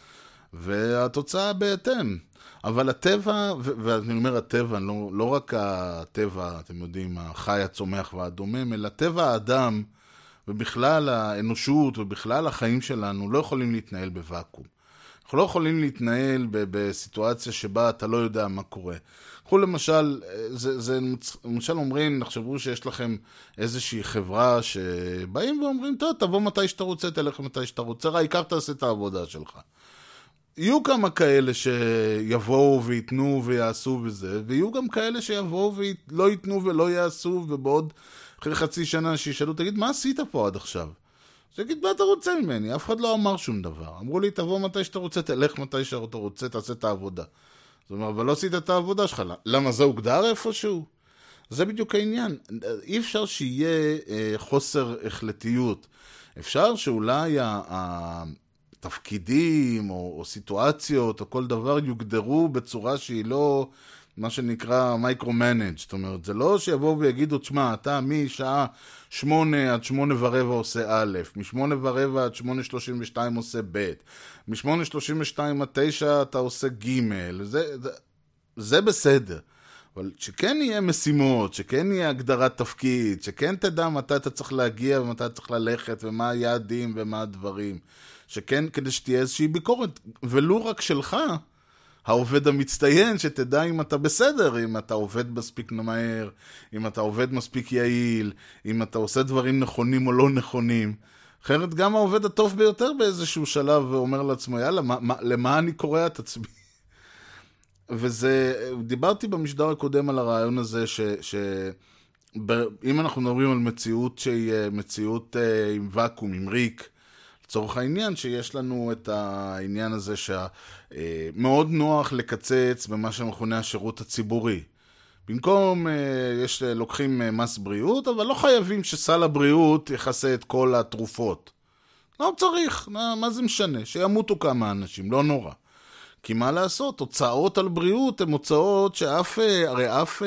והתוצאה בהתאם. אבל הטבע, ואני אומר הטבע, לא, לא רק הטבע, אתם יודעים, החי, הצומח והדומם, אלא טבע האדם, ובכלל האנושות, ובכלל החיים שלנו, לא יכולים להתנהל בוואקום. אנחנו לא יכולים להתנהל ב- בסיטואציה שבה אתה לא יודע מה קורה. קחו למשל, זה, זה, למשל אומרים, נחשבו שיש לכם איזושהי חברה שבאים ואומרים, טוב, תבוא מתי שאתה רוצה, תלך מתי שאתה רוצה, העיקר תעשה את העבודה שלך. יהיו כמה כאלה שיבואו ויתנו ויעשו וזה, ויהיו גם כאלה שיבואו ולא יתנו ולא יעשו, ובעוד אחרי חצי שנה שישאלו, תגיד, מה עשית פה עד עכשיו? תגיד, מה אתה רוצה ממני? אף אחד לא אמר שום דבר. אמרו לי, תבוא מתי שאתה רוצה, תלך מתי שאתה רוצה, תעשה את העבודה. זאת אומרת, אבל לא עשית את העבודה שלך. למה זה הוגדר איפשהו? זה בדיוק העניין. אי אפשר שיהיה אה, חוסר החלטיות. אפשר שאולי ה... תפקידים או, או סיטואציות או כל דבר יוגדרו בצורה שהיא לא מה שנקרא מייקרו-מנג'. זאת אומרת, זה לא שיבואו ויגידו, תשמע, אתה משעה שמונה עד שמונה ורבע עושה א', משמונה ורבע עד שמונה שלושים ושתיים עושה ב', משמונה שלושים ושתיים עד תשע אתה עושה ג'. זה, זה, זה בסדר. אבל שכן יהיה משימות, שכן יהיה הגדרת תפקיד, שכן תדע מתי אתה צריך להגיע ומתי אתה צריך ללכת ומה היעדים ומה הדברים. שכן כדי שתהיה איזושהי ביקורת, ולא רק שלך, העובד המצטיין, שתדע אם אתה בסדר, אם אתה עובד מספיק מהר, אם אתה עובד מספיק יעיל, אם אתה עושה דברים נכונים או לא נכונים. אחרת גם העובד הטוב ביותר באיזשהו שלב ואומר לעצמו, יאללה, מה, מה, למה אני קורא את עצמי? וזה, דיברתי במשדר הקודם על הרעיון הזה, ש, ש, ב, אם אנחנו מדברים על מציאות שהיא מציאות אה, עם וקום, עם ריק, לצורך העניין שיש לנו את העניין הזה שמאוד נוח לקצץ במה שמכונה השירות הציבורי. במקום, יש, לוקחים מס בריאות, אבל לא חייבים שסל הבריאות יכסה את כל התרופות. לא צריך, מה, מה זה משנה? שימותו כמה אנשים, לא נורא. כי מה לעשות? הוצאות על בריאות הן הוצאות שאף, הרי אף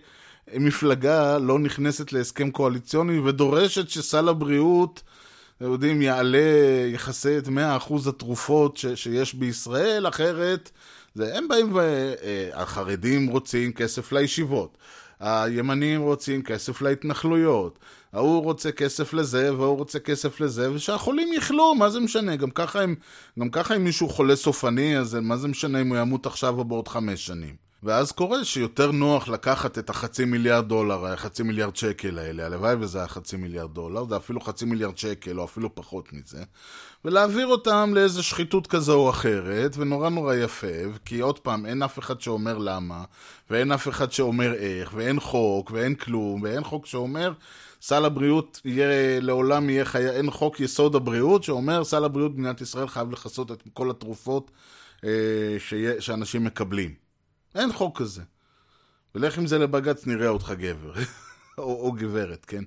מפלגה לא נכנסת להסכם קואליציוני ודורשת שסל הבריאות יודעים, יעלה, יחסה את מאה אחוז התרופות ש, שיש בישראל, אחרת, זה, הם באים והחרדים רוצים כסף לישיבות, הימנים רוצים כסף להתנחלויות, ההוא רוצה כסף לזה והוא רוצה כסף לזה, ושהחולים יחלו, מה זה משנה? גם ככה הם, גם ככה אם מישהו חולה סופני, אז מה זה משנה אם הוא ימות עכשיו או בעוד חמש שנים? ואז קורה שיותר נוח לקחת את החצי מיליארד דולר, החצי מיליארד שקל האלה, הלוואי וזה היה חצי מיליארד דולר, זה אפילו חצי מיליארד שקל או אפילו פחות מזה, ולהעביר אותם לאיזו שחיתות כזו או אחרת, ונורא נורא יפה, כי עוד פעם אין אף אחד שאומר למה, ואין אף אחד שאומר איך, ואין חוק, ואין כלום, ואין חוק שאומר סל הבריאות יהיה, לעולם יהיה חי... אין חוק יסוד הבריאות שאומר סל הבריאות במדינת ישראל חייב לחסות את כל התרופות אה, שיה... שאנשים מקבלים. אין חוק כזה. ולך עם זה לבגץ נראה אותך גבר. או, או גברת, כן?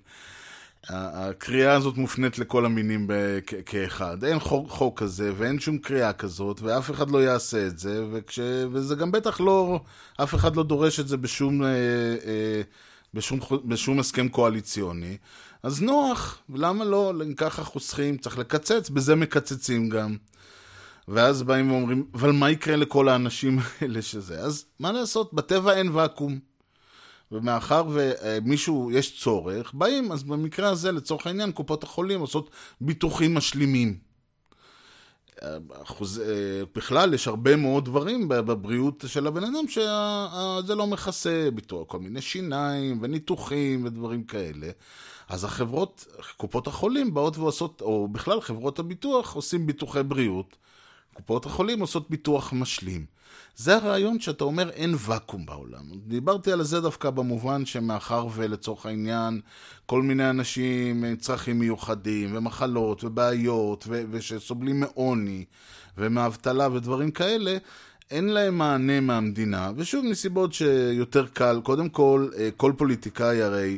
הקריאה הזאת מופנית לכל המינים כ- כאחד. אין חוק, חוק כזה, ואין שום קריאה כזאת, ואף אחד לא יעשה את זה, וכש... וזה גם בטח לא, אף אחד לא דורש את זה בשום, אה, אה, בשום, בשום הסכם קואליציוני. אז נוח, ולמה לא? ככה חוסכים, צריך לקצץ, בזה מקצצים גם. ואז באים ואומרים, אבל מה יקרה לכל האנשים האלה שזה? אז מה לעשות? בטבע אין וקום. ומאחר ומישהו יש צורך, באים, אז במקרה הזה, לצורך העניין, קופות החולים עושות ביטוחים משלימים. אחוז, בכלל יש הרבה מאוד דברים בבריאות של הבן אדם שזה לא מכסה, ביטוח, כל מיני שיניים וניתוחים ודברים כאלה. אז החברות, קופות החולים באות ועושות, או בכלל חברות הביטוח עושים ביטוחי בריאות. קופות החולים עושות ביטוח משלים. זה הרעיון שאתה אומר אין וקום בעולם. דיברתי על זה דווקא במובן שמאחר ולצורך העניין כל מיני אנשים עם צרכים מיוחדים ומחלות ובעיות ו- ושסובלים מעוני ומאבטלה ודברים כאלה, אין להם מענה מהמדינה. ושוב מסיבות שיותר קל, קודם כל, כל פוליטיקאי הרי,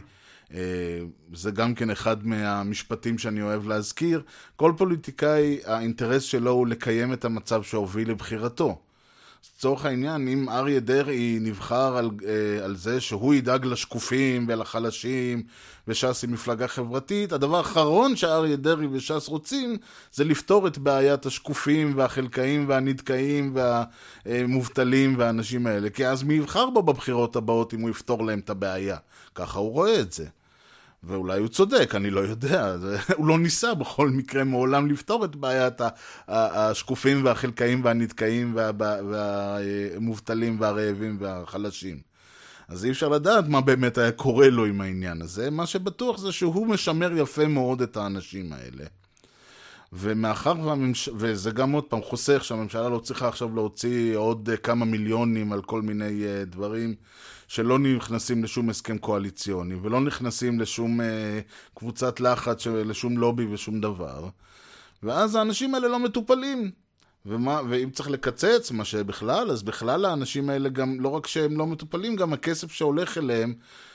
זה גם כן אחד מהמשפטים שאני אוהב להזכיר, כל פוליטיקאי האינטרס שלו הוא לקיים את המצב שהוביל לבחירתו. לצורך העניין, אם אריה דרעי נבחר על, על זה שהוא ידאג לשקופים ולחלשים וש"ס היא מפלגה חברתית, הדבר האחרון שאריה דרעי וש"ס רוצים זה לפתור את בעיית השקופים והחלקאים והנדקאים והמובטלים והאנשים האלה, כי אז מי יבחר בו בבחירות הבאות אם הוא יפתור להם את הבעיה? ככה הוא רואה את זה. ואולי הוא צודק, אני לא יודע, הוא לא ניסה בכל מקרה מעולם לפתור את בעיית השקופים והחלקאים והנדקאים והמובטלים והרעבים והחלשים. אז אי אפשר לדעת מה באמת היה קורה לו עם העניין הזה. מה שבטוח זה שהוא משמר יפה מאוד את האנשים האלה. ומאחר והממש... וזה גם עוד פעם חוסך שהממשלה לא צריכה עכשיו להוציא עוד כמה מיליונים על כל מיני דברים שלא נכנסים לשום הסכם קואליציוני ולא נכנסים לשום קבוצת לחץ, לשום לובי ושום דבר. ואז האנשים האלה לא מטופלים. ומה... ואם צריך לקצץ מה שבכלל, אז בכלל האנשים האלה גם לא רק שהם לא מטופלים, גם הכסף שהולך אליהם,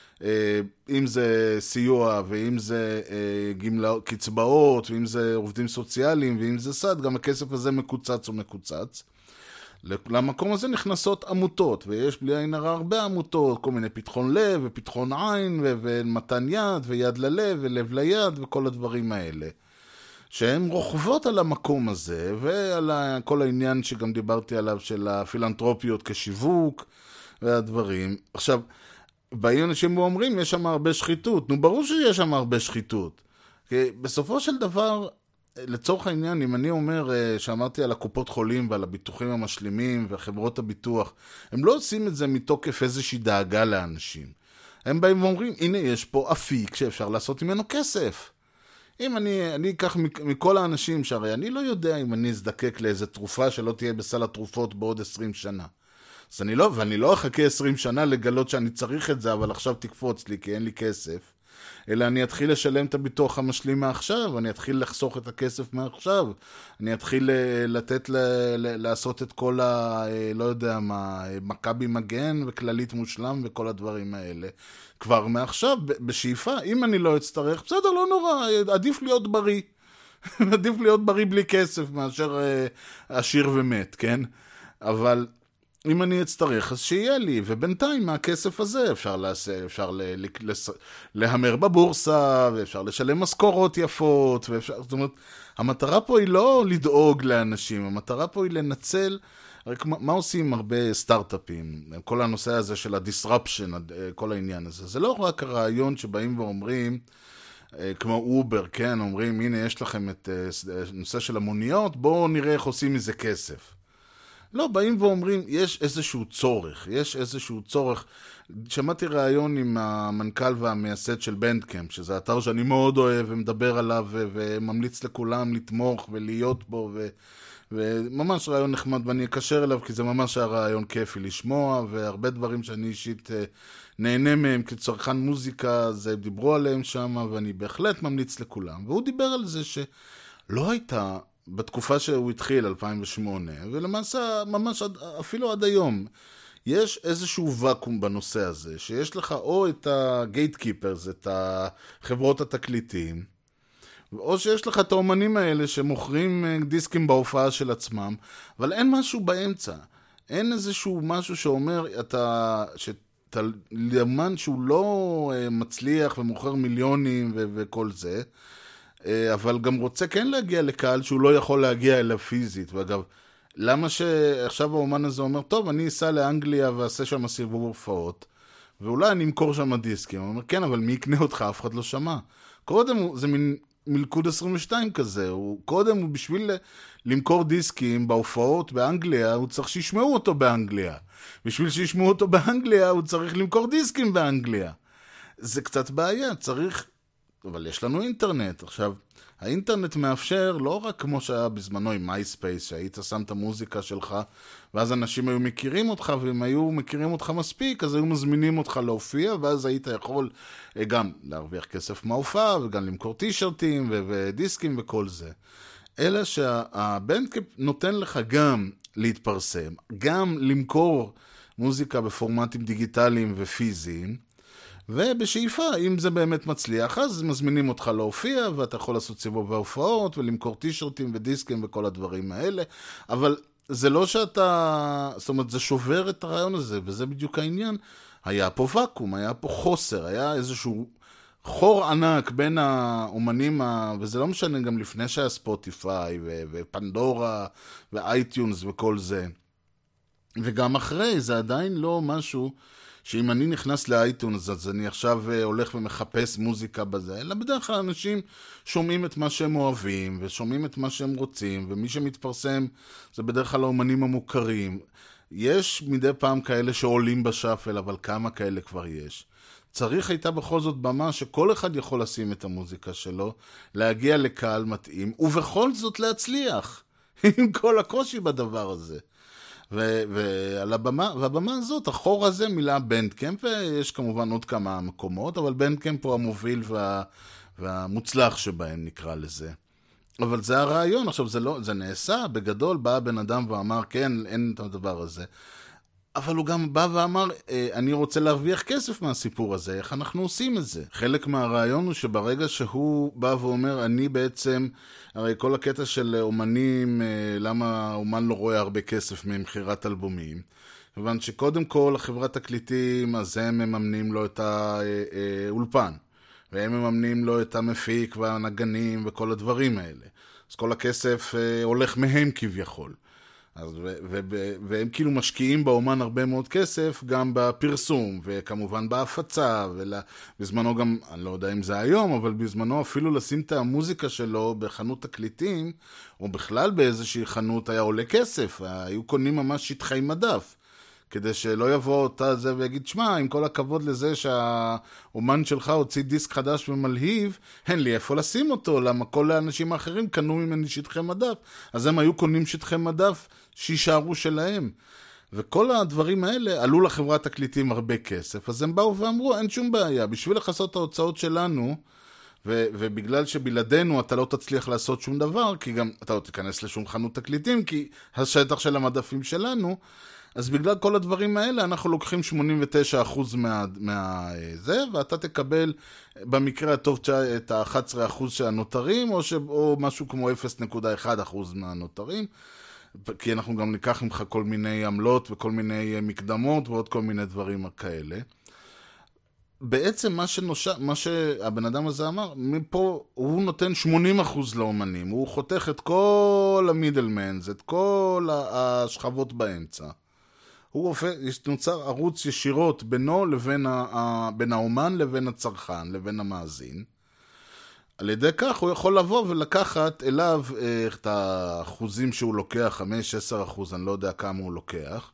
אם זה סיוע ואם זה גמלה, קצבאות ואם זה עובדים סוציאליים ואם זה סד, גם הכסף הזה מקוצץ או מקוצץ. למקום הזה נכנסות עמותות, ויש בלי עין הרע הרבה עמותות, כל מיני פתחון לב ופתחון עין ו- ומתן יד ויד ללב ולב ליד וכל הדברים האלה, שהן רוכבות על המקום הזה ועל כל העניין שגם דיברתי עליו של הפילנטרופיות כשיווק והדברים. עכשיו, באים אנשים ואומרים, יש שם הרבה שחיתות. נו, ברור שיש שם הרבה שחיתות. כי בסופו של דבר, לצורך העניין, אם אני אומר, שאמרתי על הקופות חולים ועל הביטוחים המשלימים וחברות הביטוח, הם לא עושים את זה מתוקף איזושהי דאגה לאנשים. הם באים ואומרים, הנה, יש פה אפיק שאפשר לעשות ממנו כסף. אם אני, אני אקח מכל האנשים, שהרי אני לא יודע אם אני אזדקק לאיזו תרופה שלא תהיה בסל התרופות בעוד עשרים שנה. אז אני לא, ואני לא אחכה עשרים שנה לגלות שאני צריך את זה, אבל עכשיו תקפוץ לי כי אין לי כסף. אלא אני אתחיל לשלם את הביטוח המשלים מעכשיו, אני אתחיל לחסוך את הכסף מעכשיו, אני אתחיל לתת, ל, ל, לעשות את כל ה, לא יודע מה, מכבי מגן וכללית מושלם וכל הדברים האלה. כבר מעכשיו, בשאיפה, אם אני לא אצטרך, בסדר, לא נורא, עדיף להיות בריא. עדיף להיות בריא בלי כסף מאשר עשיר ומת, כן? אבל אם אני אצטרך, אז שיהיה לי, ובינתיים מהכסף הזה אפשר לעשה, אפשר ל- ל- להמר בבורסה, ואפשר לשלם משכורות יפות, ואפשר, זאת אומרת, המטרה פה היא לא לדאוג לאנשים, המטרה פה היא לנצל, רק מה, מה עושים הרבה סטארט-אפים, כל הנושא הזה של הדיסרפשן, כל העניין הזה, זה לא רק הרעיון שבאים ואומרים, כמו אובר, כן, אומרים, הנה יש לכם את נושא של המוניות, בואו נראה איך עושים מזה כסף. לא, באים ואומרים, יש איזשהו צורך, יש איזשהו צורך. שמעתי רעיון עם המנכ"ל והמייסד של בנדקאמפ, שזה אתר שאני מאוד אוהב ומדבר עליו ו- וממליץ לכולם לתמוך ולהיות בו, ו- וממש רעיון נחמד, ואני אקשר אליו כי זה ממש הרעיון כיפי לשמוע, והרבה דברים שאני אישית נהנה מהם כצרכן מוזיקה, אז דיברו עליהם שם, ואני בהחלט ממליץ לכולם. והוא דיבר על זה שלא הייתה בתקופה שהוא התחיל, אלפיים ושמונה, ולמעשה ממש עד, אפילו עד היום, יש איזשהו וקום בנושא הזה, שיש לך או את הגייטקיפרס, את חברות התקליטים, או שיש לך את האומנים האלה שמוכרים דיסקים בהופעה של עצמם, אבל אין משהו באמצע. אין איזשהו משהו שאומר אתה, שאתה לאמן שהוא לא מצליח ומוכר מיליונים ו- וכל זה, אבל גם רוצה כן להגיע לקהל שהוא לא יכול להגיע אליו פיזית. ואגב, למה שעכשיו האומן הזה אומר, טוב, אני אסע לאנגליה ועשה שם סיבוב הופעות, ואולי אני אמכור שם דיסקים. הוא אומר, כן, אבל מי יקנה אותך? אף אחד לא שמע. קודם זה מין מלכוד עשרים ושתיים כזה, הוא קודם הוא בשביל למכור דיסקים בהופעות באנגליה, הוא צריך שישמעו אותו באנגליה. בשביל שישמעו אותו באנגליה, הוא צריך למכור דיסקים באנגליה. זה קצת בעיה, צריך, אבל יש לנו אינטרנט. עכשיו, האינטרנט מאפשר לא רק כמו שהיה בזמנו עם מייספייס, שהיית שם את המוזיקה שלך, ואז אנשים היו מכירים אותך, והם היו מכירים אותך מספיק, אז היו מזמינים אותך להופיע, ואז היית יכול גם להרוויח כסף מההופעה, וגם למכור טישרטים ו- ודיסקים וכל זה. אלא שהבנדקאמפ נותן לך גם להתפרסם, גם למכור מוזיקה בפורמטים דיגיטליים ופיזיים, ובשאיפה, אם זה באמת מצליח, אז מזמינים אותך להופיע, ואתה יכול לעשות סיבוב בהופעות, ולמכור טישרטים ודיסקים וכל הדברים האלה, אבל זה לא שאתה, זאת אומרת, זה שובר את הרעיון הזה, וזה בדיוק העניין. היה פה וקום, היה פה חוסר, היה איזשהו חור ענק בין האומנים, וזה לא משנה גם לפני שהיה ספוטיפיי, ו- ופנדורה, ואייטיונס וכל זה. וגם אחרי, זה עדיין לא משהו שאם אני נכנס לאייטונס, אז אני עכשיו הולך ומחפש מוזיקה בזה, אלא בדרך כלל אנשים שומעים את מה שהם אוהבים, ושומעים את מה שהם רוצים, ומי שמתפרסם זה בדרך כלל האומנים המוכרים. יש מדי פעם כאלה שעולים בשאפל, אבל כמה כאלה כבר יש. צריך הייתה בכל זאת במה שכל אחד יכול לשים את המוזיקה שלו, להגיע לקהל מתאים, ובכל זאת להצליח, עם כל הקושי בדבר הזה. ועל הבמה, והבמה הזאת, החור הזה מילה בנדקאמפ, ויש כמובן עוד כמה מקומות, אבל בנדקאמפ הוא המוביל וה, והמוצלח שבהם נקרא לזה. אבל זה הרעיון, עכשיו זה לא, זה נעשה, בגדול בא בן אדם ואמר, כן, אין את הדבר הזה. אבל הוא גם בא ואמר, אני רוצה להרוויח כסף מהסיפור הזה, איך אנחנו עושים את זה? חלק מהרעיון הוא שברגע שהוא בא ואומר, אני בעצם, הרי כל הקטע של אומנים, למה אומן לא רואה הרבה כסף ממחירת אלבומים, כיוון שקודם כל חברת תקליטים, אז הם מממנים לו את האולפן, והם מממנים לו את המפיק והנגנים וכל הדברים האלה. אז כל הכסף הולך מהם כביכול. אז ו- ו- והם כאילו משקיעים באומן הרבה מאוד כסף, גם בפרסום, וכמובן בהפצה, ובזמנו גם, אני לא יודע אם זה היום, אבל בזמנו אפילו לשים את המוזיקה שלו בחנות תקליטים, או בכלל באיזושהי חנות היה עולה כסף, היו קונים ממש שטחי מדף, כדי שלא יבוא אותה זה ויגיד, שמה, עם כל הכבוד לזה שהאומן שלך הוציא דיסק חדש ומלהיב, אין לי איפה לשים אותו, למה כל האנשים האחרים קנו ממני שטחי מדף, אז הם היו קונים שטחי מדף שישארו שלהם. וכל הדברים האלה עלו לחברת תקליטים הרבה כסף, אז הם באו ואמרו, אין שום בעיה, בשביל לחסות את ההוצאות שלנו, ו- ובגלל שבלעדינו אתה לא תצליח לעשות שום דבר, כי גם אתה לא תיכנס לשום חנות תקליטים, כי השטח של המדפים שלנו, אז בגלל כל הדברים האלה אנחנו לוקחים שמונים ותשעה אחוז מה, מה זה, ואתה תקבל במקרה הטוב את ה-אחד עשר אחוז שהנותרים, או, ש, או משהו כמו אפס נקודה אחת אחוז מהנותרים, כי אנחנו גם ניקח ממך כל מיני עמלות וכל מיני מקדמות ועוד כל מיני דברים כאלה. בעצם מה, שנושה, מה שהבן אדם הזה אמר, מפה הוא נותן שמונים אחוז לאומנים, הוא חותך את כל המידלמנס, את כל השכבות באמצע. הוא הופך, נוצר ערוץ ישירות בינו לבין ה, בין האומן לבין הצרכן, לבין המאזין. על ידי כך הוא יכול לבוא ולקחת אליו את האחוזים שהוא לוקח, חמש עשר אחוז, אני לא יודע כמה הוא לוקח.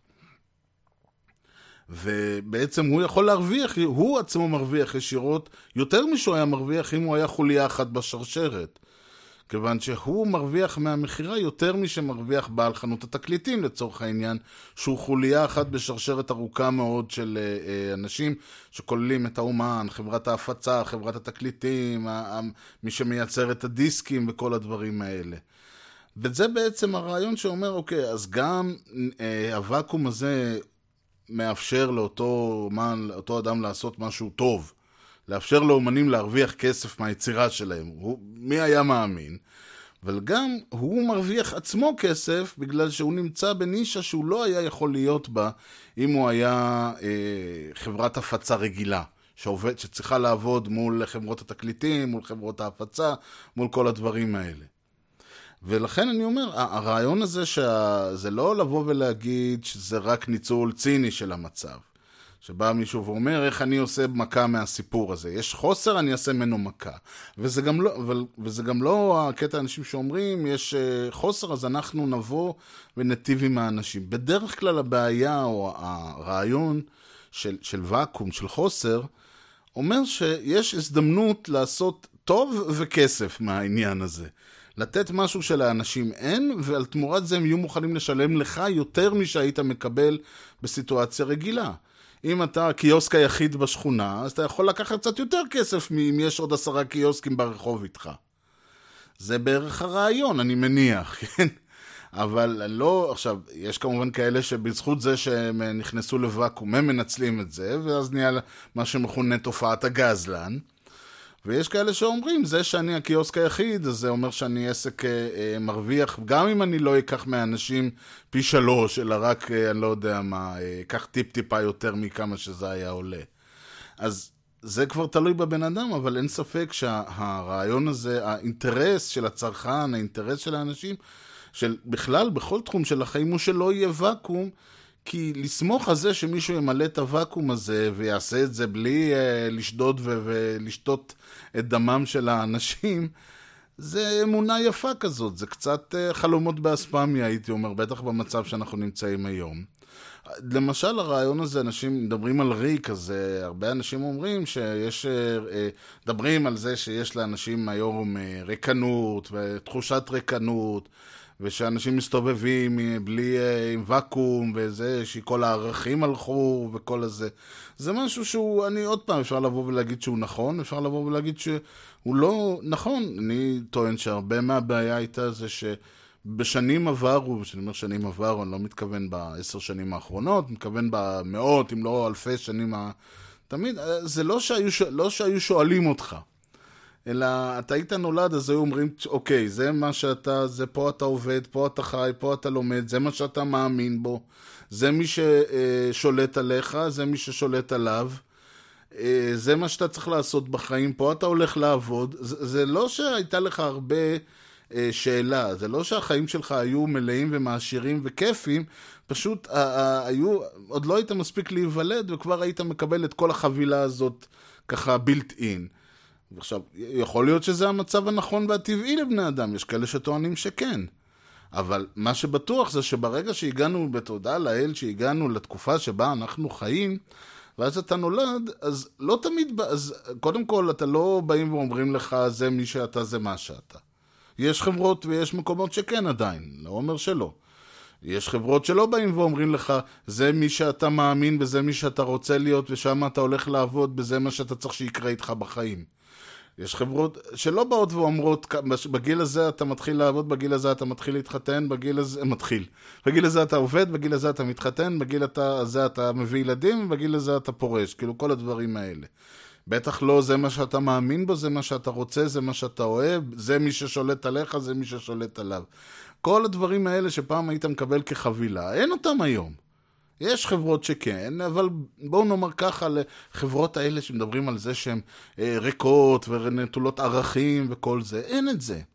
ובעצם הוא יכול להרוויח, הוא עצמו מרוויח ישירות יותר משהו היה מרוויח אם הוא היה חוליה אחת בשרשרת. כיוון שהוא מרוויח מהמחירה יותר משמרוויח בעל חנות התקליטים לצורך העניין, שהוא חוליה אחת בשרשרת ארוכה מאוד של אנשים שכוללים את האומן, חברת ההפצה, חברת התקליטים, מי שמייצר את הדיסקים וכל הדברים האלה. וזה בעצם הרעיון שאומר, אוקיי, אז גם הוואקום הזה מאפשר לאותו אומן, לאותו אדם לעשות משהו טוב, לאפשר לאומנים להרוויח כסף מהיצירה שלהם. הוא, מי היה מאמין? אבל גם הוא מרוויח עצמו כסף בגלל שהוא נמצא בנישה שהוא לא היה יכול להיות בה אם הוא היה אה, חברת הפצה רגילה, שעובד, שצריכה לעבוד מול חברות התקליטים, מול חברות ההפצה, מול כל הדברים האלה. ולכן אני אומר, הרעיון הזה שזה לא לבוא ולהגיד שזה רק ניצול ציני של המצב. שבא מישהו ואומר, איך אני עושה מכה מהסיפור הזה? יש חוסר, אני אעשה ממנו מכה. וזה גם לא, אבל, וזה גם לא הקטע האנשים שאומרים, יש חוסר, אז אנחנו נבוא ונטיב עם האנשים. בדרך כלל הבעיה או הרעיון של, של ואקום, של חוסר, אומר שיש הזדמנות לעשות טוב וכסף מהעניין הזה. לתת משהו שלאנשים אין, ועל תמורת זה הם יהיו מוכנים לשלם לך יותר משהיית מקבל בסיטואציה רגילה. אם אתה קיוסק היחיד בשכונה, אז אתה יכול לקחת קצת יותר כסף אם יש עוד עשרה קיוסקים ברחוב איתך. זה בערך הרעיון, אני מניח, כן? אבל לא, עכשיו, יש כמובן כאלה שבזכות זה שהם נכנסו לוואקום, הם מנצלים את זה, ואז נהיה מה שמכונה תופעת הגזלן. ויש כאלה שאומרים, זה שאני הקיוסק היחיד, אז זה אומר שאני עסק אה, מרוויח, גם אם אני לא אקח מהאנשים פי שלוש, אלא רק, אה, אני לא יודע מה, אה, אקח טיפ טיפה יותר מכמה שזה היה עולה. אז זה כבר תלוי בבן אדם, אבל אין ספק שהרעיון הזה, האינטרס של הצרכן, האינטרס של האנשים, של בכלל, בכל תחום של החיים, הוא שלא יהיה ואקום, כי לסמוך על זה שמישהו ימלא את הוואקום הזה ויעשה את זה בלי uh, לשדוד ו- ולשתות את דמם של האנשים, זה אמונה יפה כזאת, זה קצת uh, חלומות באספמיה, הייתי אומר, בטח במצב שאנחנו נמצאים היום. למשל, הרעיון הזה, אנשים מדברים על ריק, אז uh, הרבה אנשים אומרים שיש, uh, מדברים על זה שיש לאנשים היום uh, ריקנות ותחושת ריקנות, ושאנשים מסתובבים בלי, עם ואקום, וזה, שכל הערכים הלכו, וכל הזה. זה משהו שהוא, אני עוד פעם, אפשר לבוא ולהגיד שהוא נכון, אפשר לבוא ולהגיד שהוא לא נכון. אני טוען שהרבה מהבעיה הייתה זה שבשנים עברו, כשאני אומר שנים עברו, אני לא מתכוון בעשר שנים האחרונות, מתכוון במאות, אם לא אלפי שנים, תמיד, זה לא שהיו, לא שהיו שואלים אותך. אלא אתה היית נולד, אז היו אומרים, אוקיי, זה מה שאתה, זה פה אתה עובד, פה אתה חי, פה אתה לומד, זה מה שאתה מאמין בו, זה מי ששולט עליך, זה מי ששולט עליו, זה מה שאתה צריך לעשות בחיים, פה אתה הולך לעבוד. זה, זה לא שהייתה לך הרבה שאלה, זה לא שהחיים שלך היו מלאים ומעשירים וכיפים, פשוט היו, עוד לא היית מספיק להיוולד, וכבר היית מקבל את כל החבילה הזאת ככה בילט אין. ועכשיו, יכול להיות שזה המצב הנכון והטבעי לבני אדם, יש כאלה שטוענים שכן. אבל מה שבטוח זה שברגע שהגענו, בתודה לאל, שהגענו לתקופה שבה אנחנו חיים, ואז אתה נולד, אז לא תמיד, אז קודם כל אתה לא באים ואומרים לך, זה מי שאתה, זה מה שאתה. יש חברות ויש מקומות שכן עדיין, לא אומר שלא. יש חברות שלא באים ואומרים לך, זה מי שאתה מאמין וזה מי שאתה רוצה להיות, ושם אתה הולך לעבוד, וזה מה שאתה צריך שיקרה איתך בחיים. יש חברות שלא באות ואומרות, בגיל הזה אתה מתחיל לעבוד, בגיל הזה אתה מתחיל להתחתן, בגיל הזה, מתחיל. בגיל הזה אתה עובד, בגיל הזה אתה מתחתן, בגיל הזה אתה מביא ילדים, בגיל הזה אתה פורש, כאילו כל הדברים האלה. בטח לא, זה מה שאתה מאמין בו, זה מה שאתה רוצה, זה מה שאתה אוהב, זה מי ששולט עליך, זה מי ששולט עליו. כל הדברים האלה שפעם היית מקבל כחבילה, אין אותם היום. יש חברות שכן, אבל בואו נאמר ככה, לחברות האלה שמדברים על זה שהן אה, ריקות ונטולות ערכים וכל זה, אין את זה.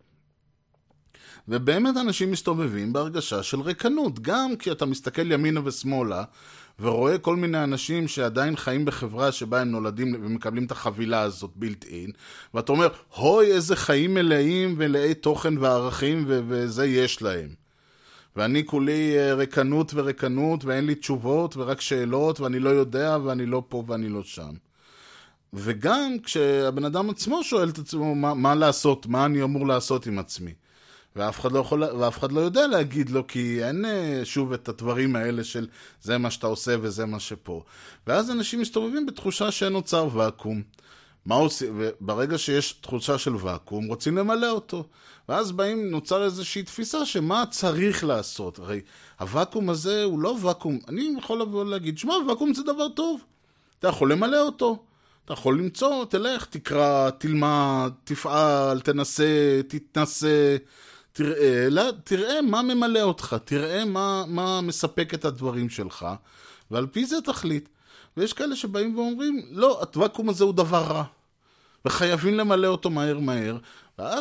ובאמת אנשים מסתובבים בהרגשה של ריקנות, גם כשאתה מסתכל ימינה ושמאלה, ורואה כל מיני אנשים שעדיין חיים בחברה שבה הם נולדים ומקבלים את החבילה הזאת בילט אין, ואתה אומר, הוי איזה חיים מלאים ולאי תוכן וערכים ו- וזה יש להם. ואני כולי ריקנות וריקנות, ואין לי תשובות ורק שאלות, ואני לא יודע, ואני לא פה ואני לא שם. וגם כשהבן אדם עצמו שואל את עצמו מה, מה לעשות, מה אני אמור לעשות עם עצמי. ואף אחד לא יכול, ואף אחד לא יודע להגיד לו, כי אין שוב את הדברים האלה של זה מה שאתה עושה וזה מה שפה. ואז אנשים מסתובבים בתחושה שנוצר ואקום. מה עושים? וברגע שיש תחושה של ואקום, רוצים למלא אותו. ואז באים, נוצר איזושהי תפיסה שמה צריך לעשות. הרי הוואקום הזה הוא לא ואקום. אני יכול לבוא להגיד, שמה, ואקום זה דבר טוב. אתה יכול למלא אותו. אתה יכול למצוא, תלך, תקרא, תלמד, תפעל, תנסה, תתנסה, תראה, לא, תראה מה ממלא אותך, תראה מה, מה מספק את הדברים שלך, ועל פי זה תחליט. ויש כאלה שבאים ואומרים, לא, הוואקום הזה הוא דבר רע, וחייבים למלא אותו מהר מהר, ואז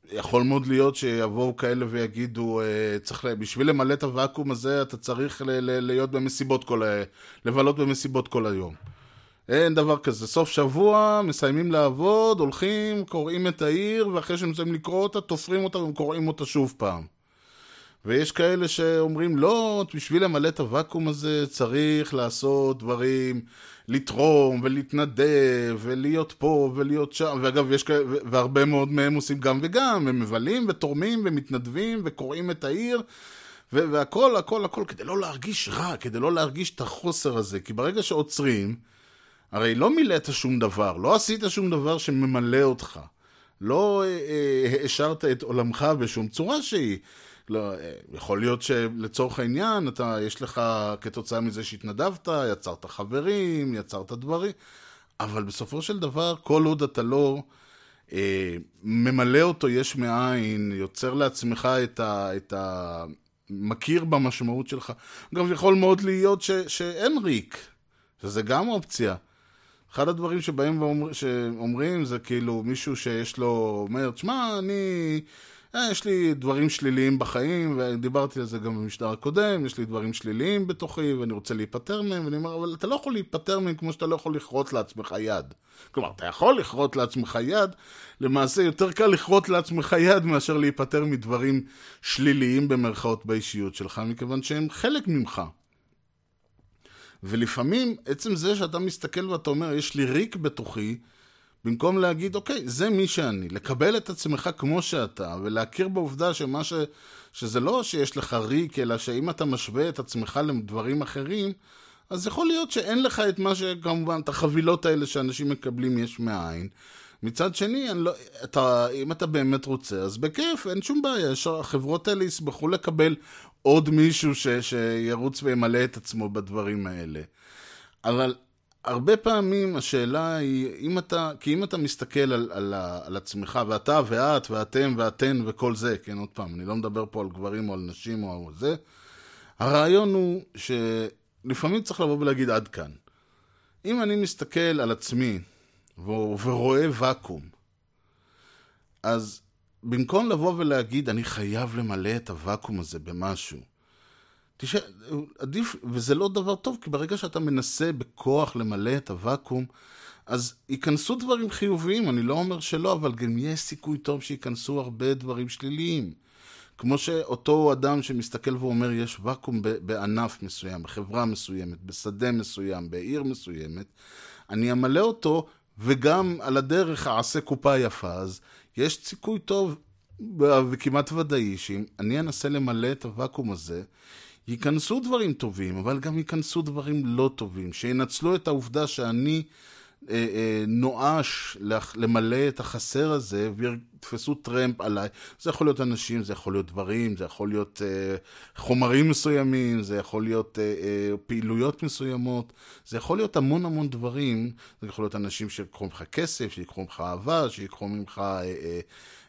יכול מאוד להיות שיבואו כאלה ויגידו, צריך, בשביל למלא את הוואקום הזה, אתה צריך ל- ל- להיות במסיבות כל ה... לבלות במסיבות כל היום. אין דבר כזה. סוף שבוע, מסיימים לעבוד, הולכים, קוראים את העיר, ואחרי שמסיימים לקרוא אותה, תופרים אותה וקוראים אותה שוב פעם. ויש כאלה שאומרים, לא, בשביל למלא את הוואקום הזה צריך לעשות דברים, לתרום ולהתנדב ולהיות פה ולהיות שם. ואגב, יש כאלה, והרבה מאוד מהם עושים גם וגם, הם מבלים ותורמים ומתנדבים וקוראים את העיר, והכל, הכל, הכל, כדי לא להרגיש רע, כדי לא להרגיש את החוסר הזה. כי ברגע שעוצרים, הרי לא מילאת שום דבר, לא עשית שום דבר שממלא אותך. לא אה, השארת את עולמך בשום צורה שהיא. לא, יכול להיות שלצורך העניין, אתה, יש לך כתוצאה מזה שהתנדבת, יצרת חברים, יצרת דברים, אבל בסופו של דבר, כל עוד אתה לא אה, ממלא אותו יש מאין, יוצר לעצמך את ה... את ה מכיר במשמעות שלך. גם יכול מאוד להיות ש, שאין ריק, שזה גם אופציה. אחד הדברים שבאים ואומר, שאומרים זה כאילו מישהו שיש לו, אומר, תשמע, אני... יש לי דברים שליליים בחיים, ודיברתי על זה גם במשדר הקודם, יש לי דברים שליליים בתוכי, ואני רוצה להיפטר מהם, ואני אומר, אבל אתה לא יכול להיפטר מהם כמו שאתה לא יכול לכרות לעצמך יד. כלומר, אתה יכול לכרות לעצמך יד, למעשה יותר קל לכרות לעצמך יד, מאשר להיפטר מדברים שליליים במרכאות באישיות שלך, מכיוון שהם חלק ממך. ולפעמים, עצם זה שאתה מסתכל ואתה אומר, יש לי ריק בתוכי, במקום להגיד, אוקיי, זה מי שאני, לקבל את עצמך כמו שאתה, ולהכיר בעובדה שמה ש... שזה לא שיש לך ריק, אלא שאם אתה משווה את עצמך לדברים אחרים, אז יכול להיות שאין לך את מה שכמובן, את החבילות האלה שאנשים מקבלים יש מאין. מצד שני, לא... אתה... אם אתה באמת רוצה, אז בכיף, אין שום בעיה, החברות האלה יסבחו לקבל עוד מישהו ש... שירוץ וימלא את עצמו בדברים האלה. אבל... הרבה פעמים השאלה היא, אם אתה, כי אם אתה מסתכל על, על, על עצמך, ואתה ואת ואתם ואתן וכל זה, כן, עוד פעם, אני לא מדבר פה על גברים או על נשים או על זה, הרעיון הוא שלפעמים צריך לבוא ולהגיד עד כאן. אם אני מסתכל על עצמי ורואה ואקום, אז במקום לבוא ולהגיד, אני חייב למלא את הוואקום הזה במשהו, תשע, עדיף, וזה לא דבר טוב, כי ברגע שאתה מנסה בכוח למלא את הוואקום, אז ייכנסו דברים חיוביים, אני לא אומר שלא, אבל גם יש סיכוי טוב שייכנסו הרבה דברים שליליים. כמו שאותו אדם שמסתכל ואומר, יש ואקום בענף מסוים, בחברה מסוימת, בשדה מסוים, בעיר מסוימת, אני אמלא אותו, וגם על הדרך אעשה קופה יפה, אז יש סיכוי טוב, וכמעט ודאי, שאם אני אנסה למלא את הוואקום הזה, ייכנסו דברים טובים, אבל גם ייכנסו דברים לא טובים, שינצלו את העובדה שאני אה, אה, נואש למלא את החסר הזה, ויתפסו טרמפ עליי. זה יכול להיות אנשים, זה יכול להיות דברים, זה יכול להיות אה, חומרים מסוימים, זה יכול להיות אה, אה, פעילויות מסוימות, זה יכול להיות המון המון דברים, זה יכול להיות אנשים שיקחו ממך כסף, שיקחו ממך אהבה, שיקחו ממך... אה, אה,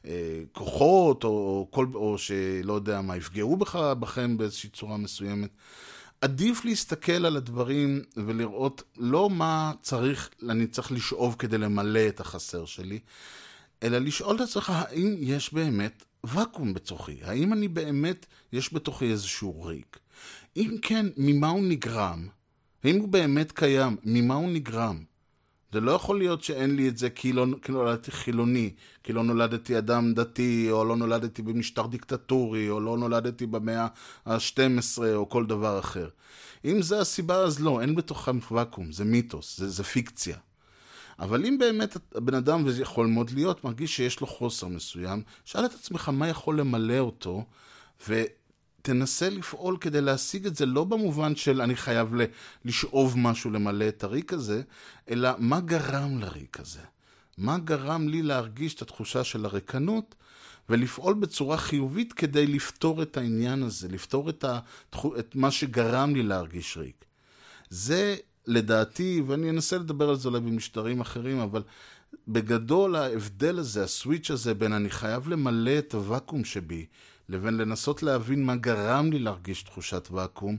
כוחות, או, או, כל, או שלא יודע מה, יפגעו בך, בכם באיזושהי צורה מסוימת. עדיף להסתכל על הדברים ולראות לא מה צריך, אני צריך לשאוב כדי למלא את החסר שלי, אלא לשאול את עצמך, האם יש באמת ואקום בתוכי? האם אני באמת, יש בתוכי איזשהו ריק? אם כן, ממה הוא נגרם? האם הוא באמת קיים? ממה הוא נגרם? זה לא יכול להיות שאין לי את זה כי לא, כי לא נולדתי חילוני, כי לא נולדתי אדם דתי, או לא נולדתי במשטר דיקטטורי, או לא נולדתי במאה ה-שתים עשרה, או כל דבר אחר. אם זה הסיבה, אז לא, אין בתוכם ואקום, זה מיתוס, זה, זה פיקציה. אבל אם באמת הבן אדם, וזה יכול מאוד להיות, מרגיש שיש לו חוסר מסוים, שאל את עצמך מה יכול למלא אותו, ו... תנסה לפעול כדי להשיג את זה, לא במובן של אני חייב לשאוב משהו למלא את הריק הזה, אלא מה גרם לריק הזה? מה גרם לי להרגיש את התחושה של הריקנות, ולפעול בצורה חיובית כדי לפתור את העניין הזה, לפתור את, התח... את מה שגרם לי להרגיש ריק. זה לדעתי, ואני אנסה לדבר על זה אולי במשטרים אחרים, אבל בגדול ההבדל הזה, הסוויץ' הזה בין אני חייב למלא את הוואקום שבי, לבין לנסות להבין מה גרם לי להרגיש תחושת ואקום,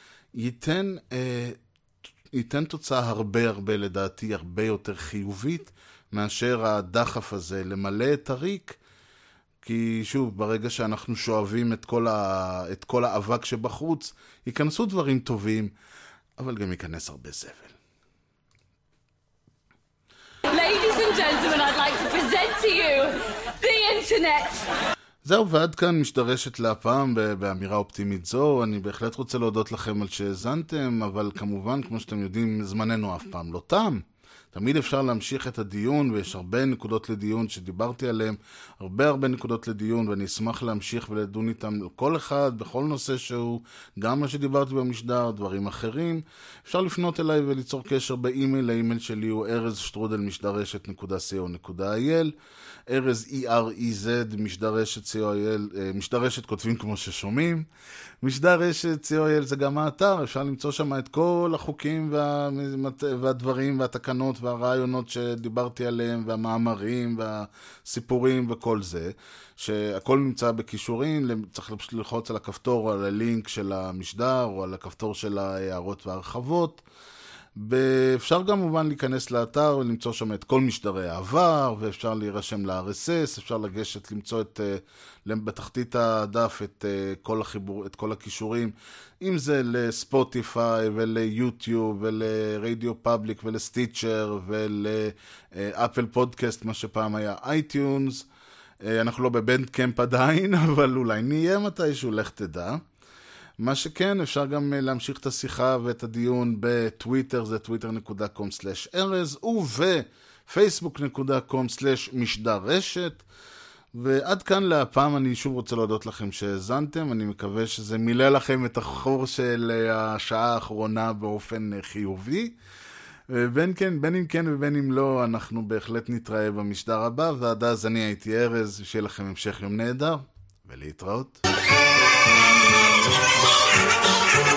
ייתן, אה, ייתן תוצאה הרבה הרבה לדעתי, הרבה יותר חיובית, מאשר הדחף הזה למלא את הריק, כי שוב, ברגע שאנחנו שואבים את כל, ה... את כל האבק שבחוץ, ייכנסו דברים טובים, אבל גם ייכנס הרבה זבל. Ladies and gentlemen, I'd like to present to you the internet. זהו, ועד כאן משדרשת להפעם באמירה אופטימית זו. אני בהחלט רוצה להודות לכם על שהזנתם, אבל כמובן, כמו שאתם יודעים, זמננו אף פעם לא תם. תמיד אפשר להמשיך את הדיון, ויש הרבה נקודות לדיון שדיברתי עליהם, הרבה הרבה נקודות לדיון, ואני אשמח להמשיך ולדון איתם כל אחד, בכל נושא שהוא, גם מה שדיברתי במשדר, דברים אחרים. אפשר לפנות אליי וליצור קשר באימייל, האימייל שלי הוא ארז שטרודל משדרשת נקודה סי או נקודה איי אל, ארז אי אר אי זד משדרשת סי או איי אל, משדרשת כותבים כמו ששומעים, משדרשת סי או איי אל זה גם האתר, אפשר למצוא שם את כל החוקים וה... והדברים והתקנות והרעיונות שדיברתי עליהם, והמאמרים והסיפורים וכל זה, שהכל נמצא בקישורים, צריך פשוט ללחוץ על הכפתור או על הלינק של המשדר או על הכפתור של ההערות והרחבות. אפשר גם מובן להיכנס לאתר ולמצוא שם את כל משדרי העבר, ואפשר להירשם ל-אר אס אס, אפשר לגשת למצוא את, בתחתית הדף את כל החיבור, את כל הכישורים, אם זה לספוטיפיי וליוטיוב ולרדיו פאבליק ולסטיצ'ר ולאפל פודקאסט, מה שפעם היה אייטיונס. אנחנו לא בבנד קמפ עדיין, אבל אולי נהיה מתישהו, לך תדע. מה שכן, אפשר גם להמשיך את השיחה ואת הדיון בטוויטר, זה טוויטר נקודה קום סלש ארז, ובפייסבוק נקודה קום סלש משדר רשת. ועד כאן להפעם, אני שוב רוצה להודות לכם שהזנתם, אני מקווה שזה מילא לכם את החור של השעה האחרונה באופן חיובי. ובין כן, בין אם כן ובין אם לא, אנחנו בהחלט נתראה במשדר הבא, ועד אז אני הייתי ארז, שיהיה לכם המשך יום נהדר, ולהתראות. Thank you.